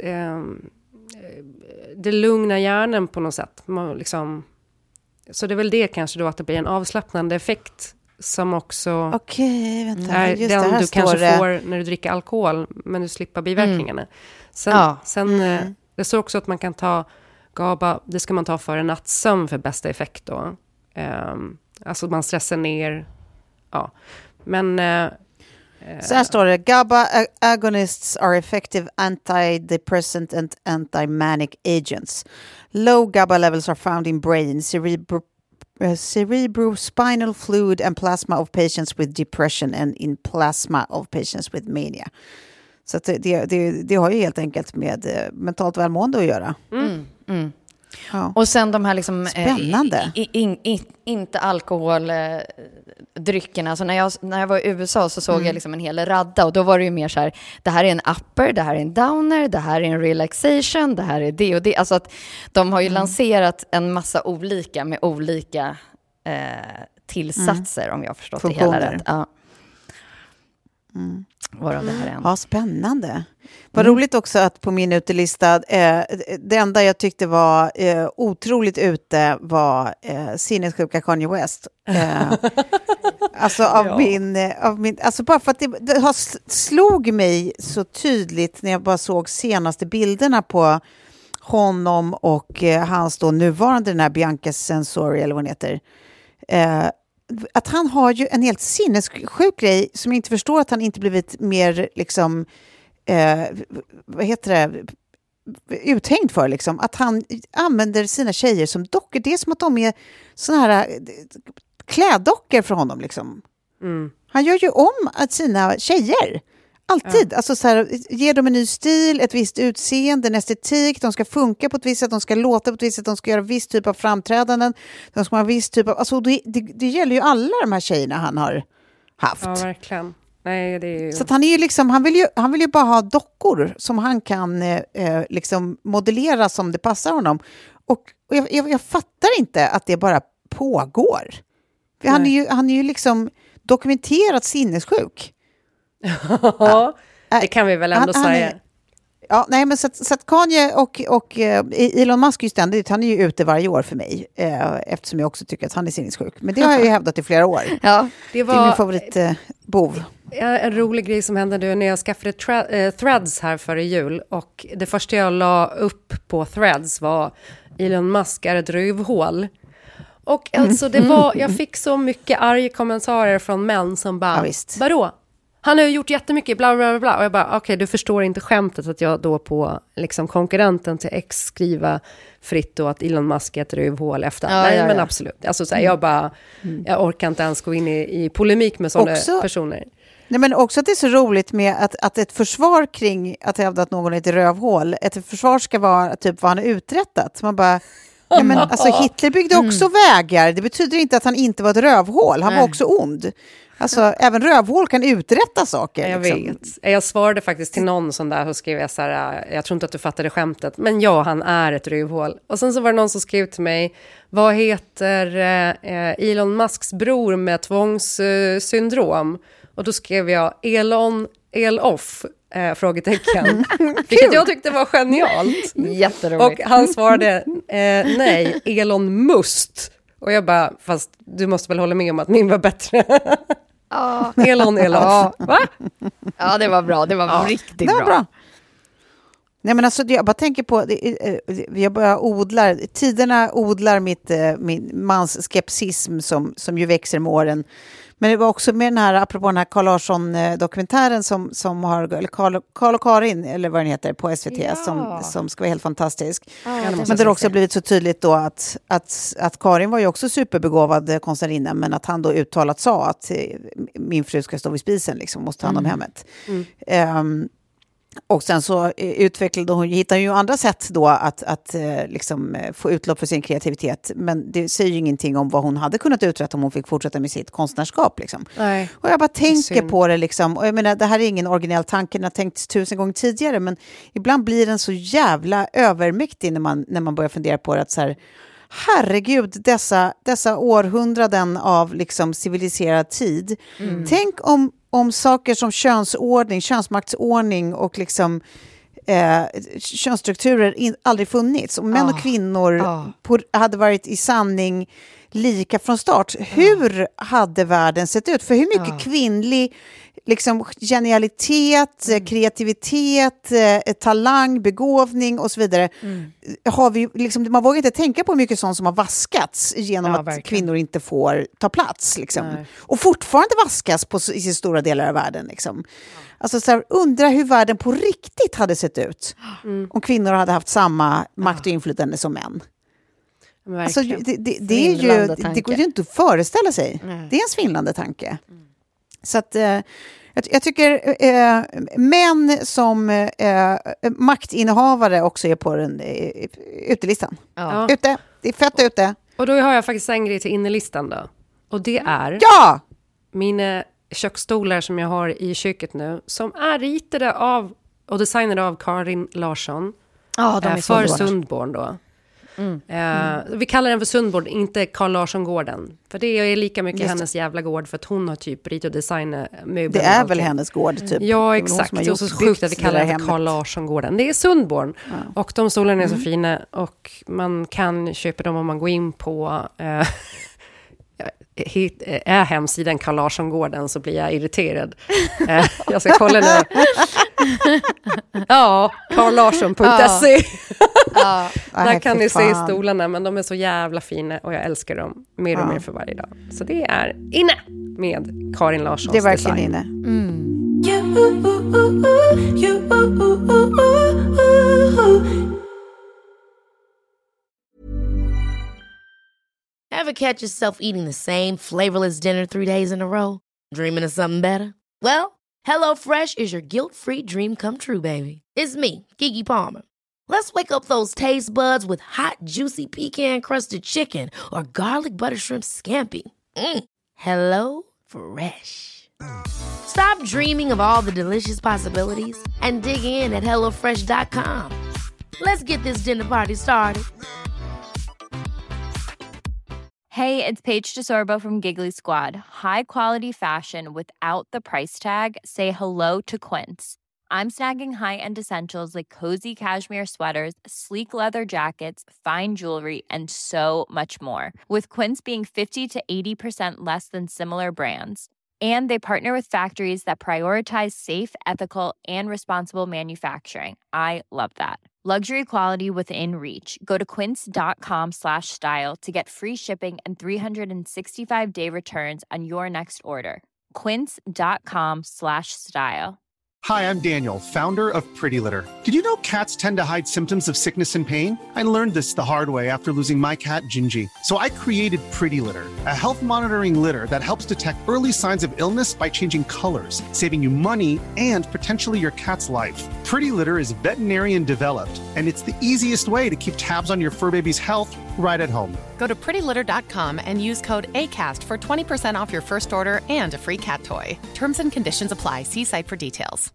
det lugnar hjärnan på något sätt. Liksom, så det är väl det kanske då att det blir en avslappnande effekt som också är den du kanske får när du dricker alkohol, men du slipper biverkningarna. Sen det står också att man kan ta GABA, det ska man ta före nattsömn för bästa effekt då. Alltså man stressar ner. Ja. Men så här står det: GABA agonists are effective antidepressant and anti-manic agents. Low GABA levels are found in brain, cerebrospinal fluid and plasma of patients with depression and in plasma of patients with mania. Så att det har ju helt enkelt med mentalt välmående att göra. Ja. Och sen de här liksom spännande. Inte alkoholdryckerna. Alltså när jag var i USA så såg jag liksom en hel radda, och då var det ju mer så här: det här är en upper, det här är en downer, det här är en relaxation, det här är det och det. Alltså att de har ju lanserat en massa olika med olika tillsatser, om jag har förstått det hela rätt. Ja. Varav det här är en. Ja, spännande. Vad roligt också att på min utelista, det enda jag tyckte var otroligt ute var sinnessjuka Kanye West. Alltså av min, alltså bara för att det har slog mig så tydligt när jag bara såg senaste bilderna på honom och hans då nuvarande, den här Bianca Censori eller vad hon heter. Att han har ju en helt sinnessjuk grej som jag inte förstår att han inte blivit mer liksom vad heter det, uthängd för liksom. Att han använder sina tjejer som dockor. Det är som att de är såna här kläddockor för honom liksom. Han gör ju om att sina tjejer alltid, alltså så här, ger dem en ny stil, ett visst utseende, en estetik, de ska funka på ett visst sätt, de ska låta på ett visst sätt, de ska göra viss typ av framträdanden, de ska ha viss typ av, alltså det gäller ju alla de här tjejerna han har haft. Ja, verkligen. Nej, det är ju... Så att han är ju liksom, han vill ju bara ha dockor som han kan liksom modellera som det passar honom. Och jag fattar inte att det bara pågår. För han är ju liksom dokumenterat sinnessjuk. Ja, det kan vi väl ändå säga. Ja, nej, men så att Kanye och Elon Musk just ständigt, han är ju ute varje år för mig, eftersom jag också tycker att han är sinnessjuk. Men det har jag ju hävdat i flera år. Ja, det är min favoritbov. En rolig grej som hände nu när jag skaffade Threads här före jul, och det första jag la upp på Threads var Elon Musk är ett rövhål. Och alltså jag fick så mycket arga kommentarer från män som bara, vadå? Han har ju gjort jättemycket, bla bla bla. Och jag bara, okej, du förstår inte skämtet att jag då på liksom konkurrenten till X skriva fritt då att Elon Musk är ett rövhål efter. Nej, men absolut. Alltså så här, jag orkar inte ens gå in i polemik med sådana personer. Nej, men också att det är så roligt med att ett försvar kring att hävda att någon är ett rövhål, ett försvar ska vara typ vad han har uträttat. Man bara... Nej, men alltså Hitler byggde också vägar. Det betyder inte att han inte var ett rövhål. Han var också ond. Alltså, även rövhål kan uträtta saker. Jag liksom. vet. Jag svarade faktiskt till någon sån där och skrev jag så här, jag tror inte att du fattade skämtet, men ja, han är ett rövhål. Och sen så var det någon som skrev till mig, vad heter Elon Musks bror med tvångssyndrom? Och då skrev jag Elof. Frågetecken. Vilket jag tyckte var genialt. Jätteroligt. Och han svarade nej, Elon Musk. Och jag bara, fast du måste väl hålla med om att min var bättre. Elon. Va? Ja, det var bra. Det var riktigt bra. Nej, men alltså, jag bara tänker på, jag börjar tiderna odlar min mans skepsism som ju växer med åren. Men det var också med den här, apropå den här Carl Larsson-dokumentären som har, eller Carl och Karin, eller vad den heter, på SVT, som ska vara helt fantastisk. Men det har också blivit så tydligt då att Karin var ju också superbegåvad konstnärinna, men att han då uttalat sa att min fru ska stå vid spisen, liksom, måste ta hand om hemmet. Och sen så hittade hon ju andra sätt då att liksom få utlopp för sin kreativitet. Men det säger ju ingenting om vad hon hade kunnat uträtta om hon fick fortsätta med sitt konstnärskap. Liksom. Och jag bara tänker på det liksom. Och jag menar, det här är ingen originell tanke, den har tänkts 1000 gånger tidigare. Men ibland blir den så jävla övermäktig när man börjar fundera på det. Att så här, herregud, dessa århundraden av liksom civiliserad tid. Tänk om saker som könsordning, könsmaktsordning och liksom könsstrukturer aldrig funnits. Om män och kvinnor hade varit i sanning lika från start. Hur hade världen sett ut? För hur mycket kvinnlig liksom, genialitet, kreativitet, talang, begåvning och så vidare har vi liksom, man vågar inte tänka på hur mycket sånt som har vaskats genom att verkligen. Kvinnor inte får ta plats liksom. Och fortfarande vaskas i stora delar av världen liksom. Alltså så här, undra hur världen på riktigt hade sett ut om kvinnor hade haft samma makt och inflytande som män. Alltså, det är ju, det går ju inte att föreställa sig. Det är en svindlande tanke. Så att jag tycker män som maktinnehavare också är på den utelistan. Ute, det är fett ute. Och då har jag faktiskt en grej till innelistan då. Och det är mina köksstolar som jag har i köket nu, som är ritade av och designade av Karin Larsson. De är för Sundborn då. Vi kallar den för Sundborn, inte Carl Larsson-gården. För det är lika mycket hennes jävla gård, för att hon har typ rit och designat möbler. Det är väl hennes gård typ. Ja, exakt. Det är så sjukt att vi kallar den för Carl Larsson-gården. Det är Sundborn. Och de stolarna är så fina. Och man kan köpa dem om man går in på är hemsidan Carl Larsson-gården, så blir jag irriterad. Jag ska kolla nu. carllarsson.se. Där kan ni se stolarna, men de är så jävla fina och jag älskar dem mer och mer för varje dag. Så det är inne med Karin Larssons design. Det är verkligen inne. Ever catch yourself eating the same flavorless dinner 3 days in a row? Dreaming of something better? Well, HelloFresh is your guilt-free dream come true, baby. It's me, Keke Palmer. Let's wake up those taste buds with hot, juicy pecan-crusted chicken or garlic butter shrimp scampi. Hello Fresh. Stop dreaming of all the delicious possibilities and dig in at HelloFresh.com. Let's get this dinner party started. Hey, it's Paige DeSorbo from Giggly Squad. High quality fashion without the price tag. Say hello to Quince. I'm snagging high-end essentials like cozy cashmere sweaters, sleek leather jackets, fine jewelry, and so much more. With Quince being 50 to 80% less than similar brands. And they partner with factories that prioritize safe, ethical, and responsible manufacturing. I love that. Luxury quality within reach. Go to quince.com/style to get free shipping and 365-day returns on your next order. Quince.com/style. Hi, I'm Daniel, founder of Pretty Litter. Did you know cats tend to hide symptoms of sickness and pain? I learned this the hard way after losing my cat, Gingy. So I created Pretty Litter, a health monitoring litter that helps detect early signs of illness by changing colors, saving you money and potentially your cat's life. Pretty Litter is veterinarian developed, and it's the easiest way to keep tabs on your fur baby's health right at home. Go to prettylitter.com and use code ACAST for 20% off your first order and a free cat toy. Terms and conditions apply. See site for details.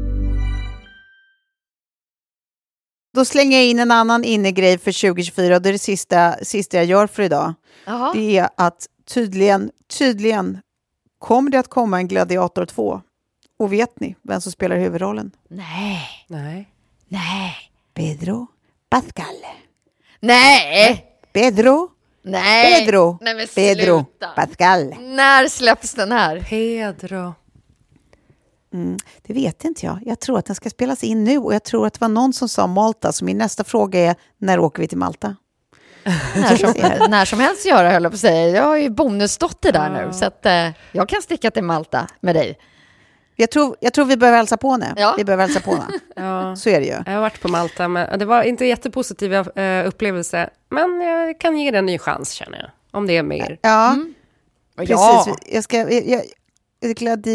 Då slänger jag in en annan innegrej för 2024, och det är det sista jag gör för idag. Aha. Det är att tydligen kommer det att komma en Gladiator 2. Och vet ni vem som spelar huvudrollen? Nej. Pedro Pascal. Nej. Pedro men Pedro sluta. Pascal. När släpps den här? Pedro. Det vet inte jag. Jag tror att den ska spelas in nu. Och jag tror att det var någon som sa Malta. Så min nästa fråga är, när åker vi till Malta? När som helst göra, höll jag på att säga. Jag har ju bonusdotter där nu. Så att jag kan sticka till Malta med dig. Jag tror vi behöver hälsa på nu. Ja. Vi behöver hälsa på nu. Ja. Så är det ju. Jag har varit på Malta, men det var inte jättepositiva upplevelser. Men jag kan ge det en ny chans, känner jag. Om det är mer. Ja, precis. Ja. Jag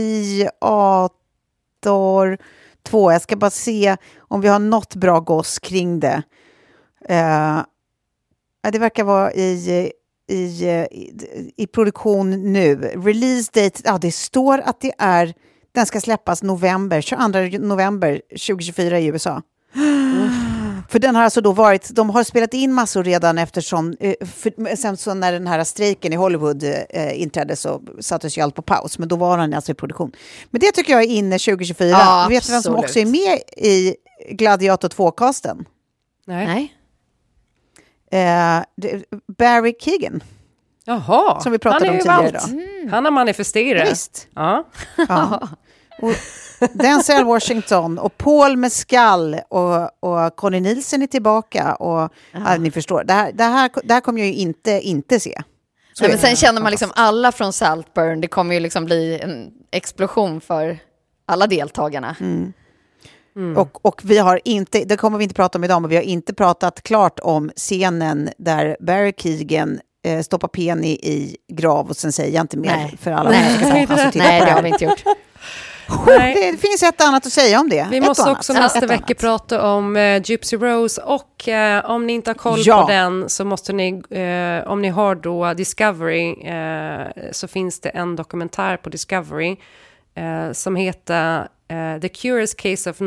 Gladiator 2. Jag ska bara se om vi har något bra goss kring det. Det verkar vara i produktion nu. Release date, det står att den ska släppas 22 november 2024 i USA. För den har alltså då de har spelat in massor redan eftersom, sen så när den här strejken i Hollywood inträdde så sattes ju allt på paus. Men då var den alltså i produktion. Men det tycker jag är inne 2024. Ja, vet du vem som också är med i Gladiator 2-casten? Nej. Barry Keoghan. Jaha, som vi pratade om tidigare idag. Han har manifesterat. Ja, visst. Ja. Och Denzel Washington och Paul Mescal och Connie Nielsen är tillbaka. Och ni förstår, det här kommer jag ju inte se. Nej, men sen känner man liksom alla från Saltburn. Det kommer ju liksom bli en explosion för alla deltagarna. Och vi har inte, det kommer vi inte prata om idag, men vi har inte pratat klart om scenen där Barry Keoghan stoppar Penny i grav och sen säger jag inte mer för alla. Nej, det har vi inte gjort. Det finns ett annat att säga om det. Vi måste också nästa vecka prata om Gypsy Rose och om ni inte har koll på den så måste ni, om ni har då Discovery så finns det en dokumentär på Discovery som heter The Curious Case of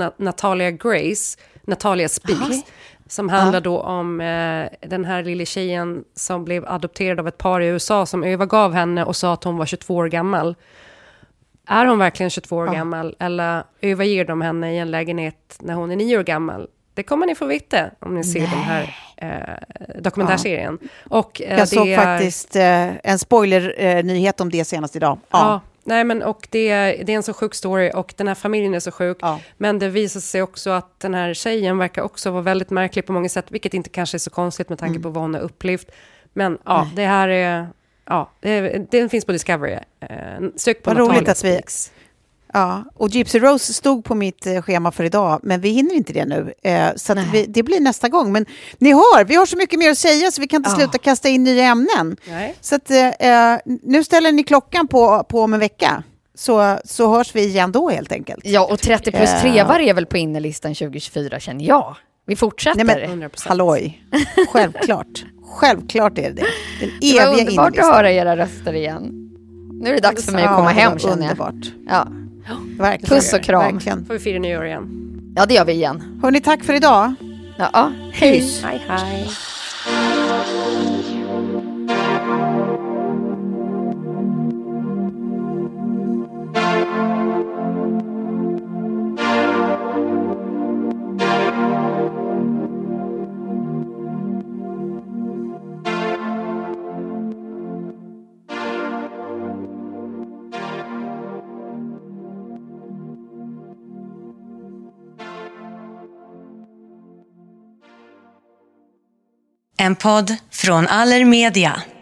Natalia Speaks, som handlar då om den här lilla tjejen som blev adopterad av ett par i USA som övergav henne och sa att hon var 22 år gammal. Är hon verkligen 22 år gammal eller överger de henne i en lägenhet när hon är 9 år gammal? Det kommer ni få veta om ni ser den här dokumentärserien. Och, jag såg faktiskt en spoiler-nyhet om det senast idag. Nej, men och det är en så sjuk story och den här familjen är så sjuk. Men det visar sig också att den här tjejen verkar också vara väldigt märklig på många sätt, vilket inte kanske är så konstigt med tanke på vad hon har upplevt. Men det här är... Ja, den finns på Discovery. Sök på Natalia Speaks. Ja, och Gypsy Rose stod på mitt schema för idag, men vi hinner inte det nu. Så att det blir nästa gång. Men vi har så mycket mer att säga så vi kan inte sluta kasta in nya ämnen. Nej. Så att, nu ställer ni klockan på om en vecka. Så hörs vi igen då helt enkelt. Ja, och 30+3 är väl på innerlistan 2024 känner jag. Vi fortsätter. Nej, men, 100%. Halloj, självklart. Självklart är det. Den eviga innerlistan. Det var underbart att höra era röster igen. Nu är det dags för mig att komma hem, känner jag. Underbart. Ja. Verkligen. Puss och kram. Verkligen. Får vi fira nyår igen. Ja, det gör vi igen. Hörrni, tack för idag. Ja, hej. Hej. En podd från Allermedia.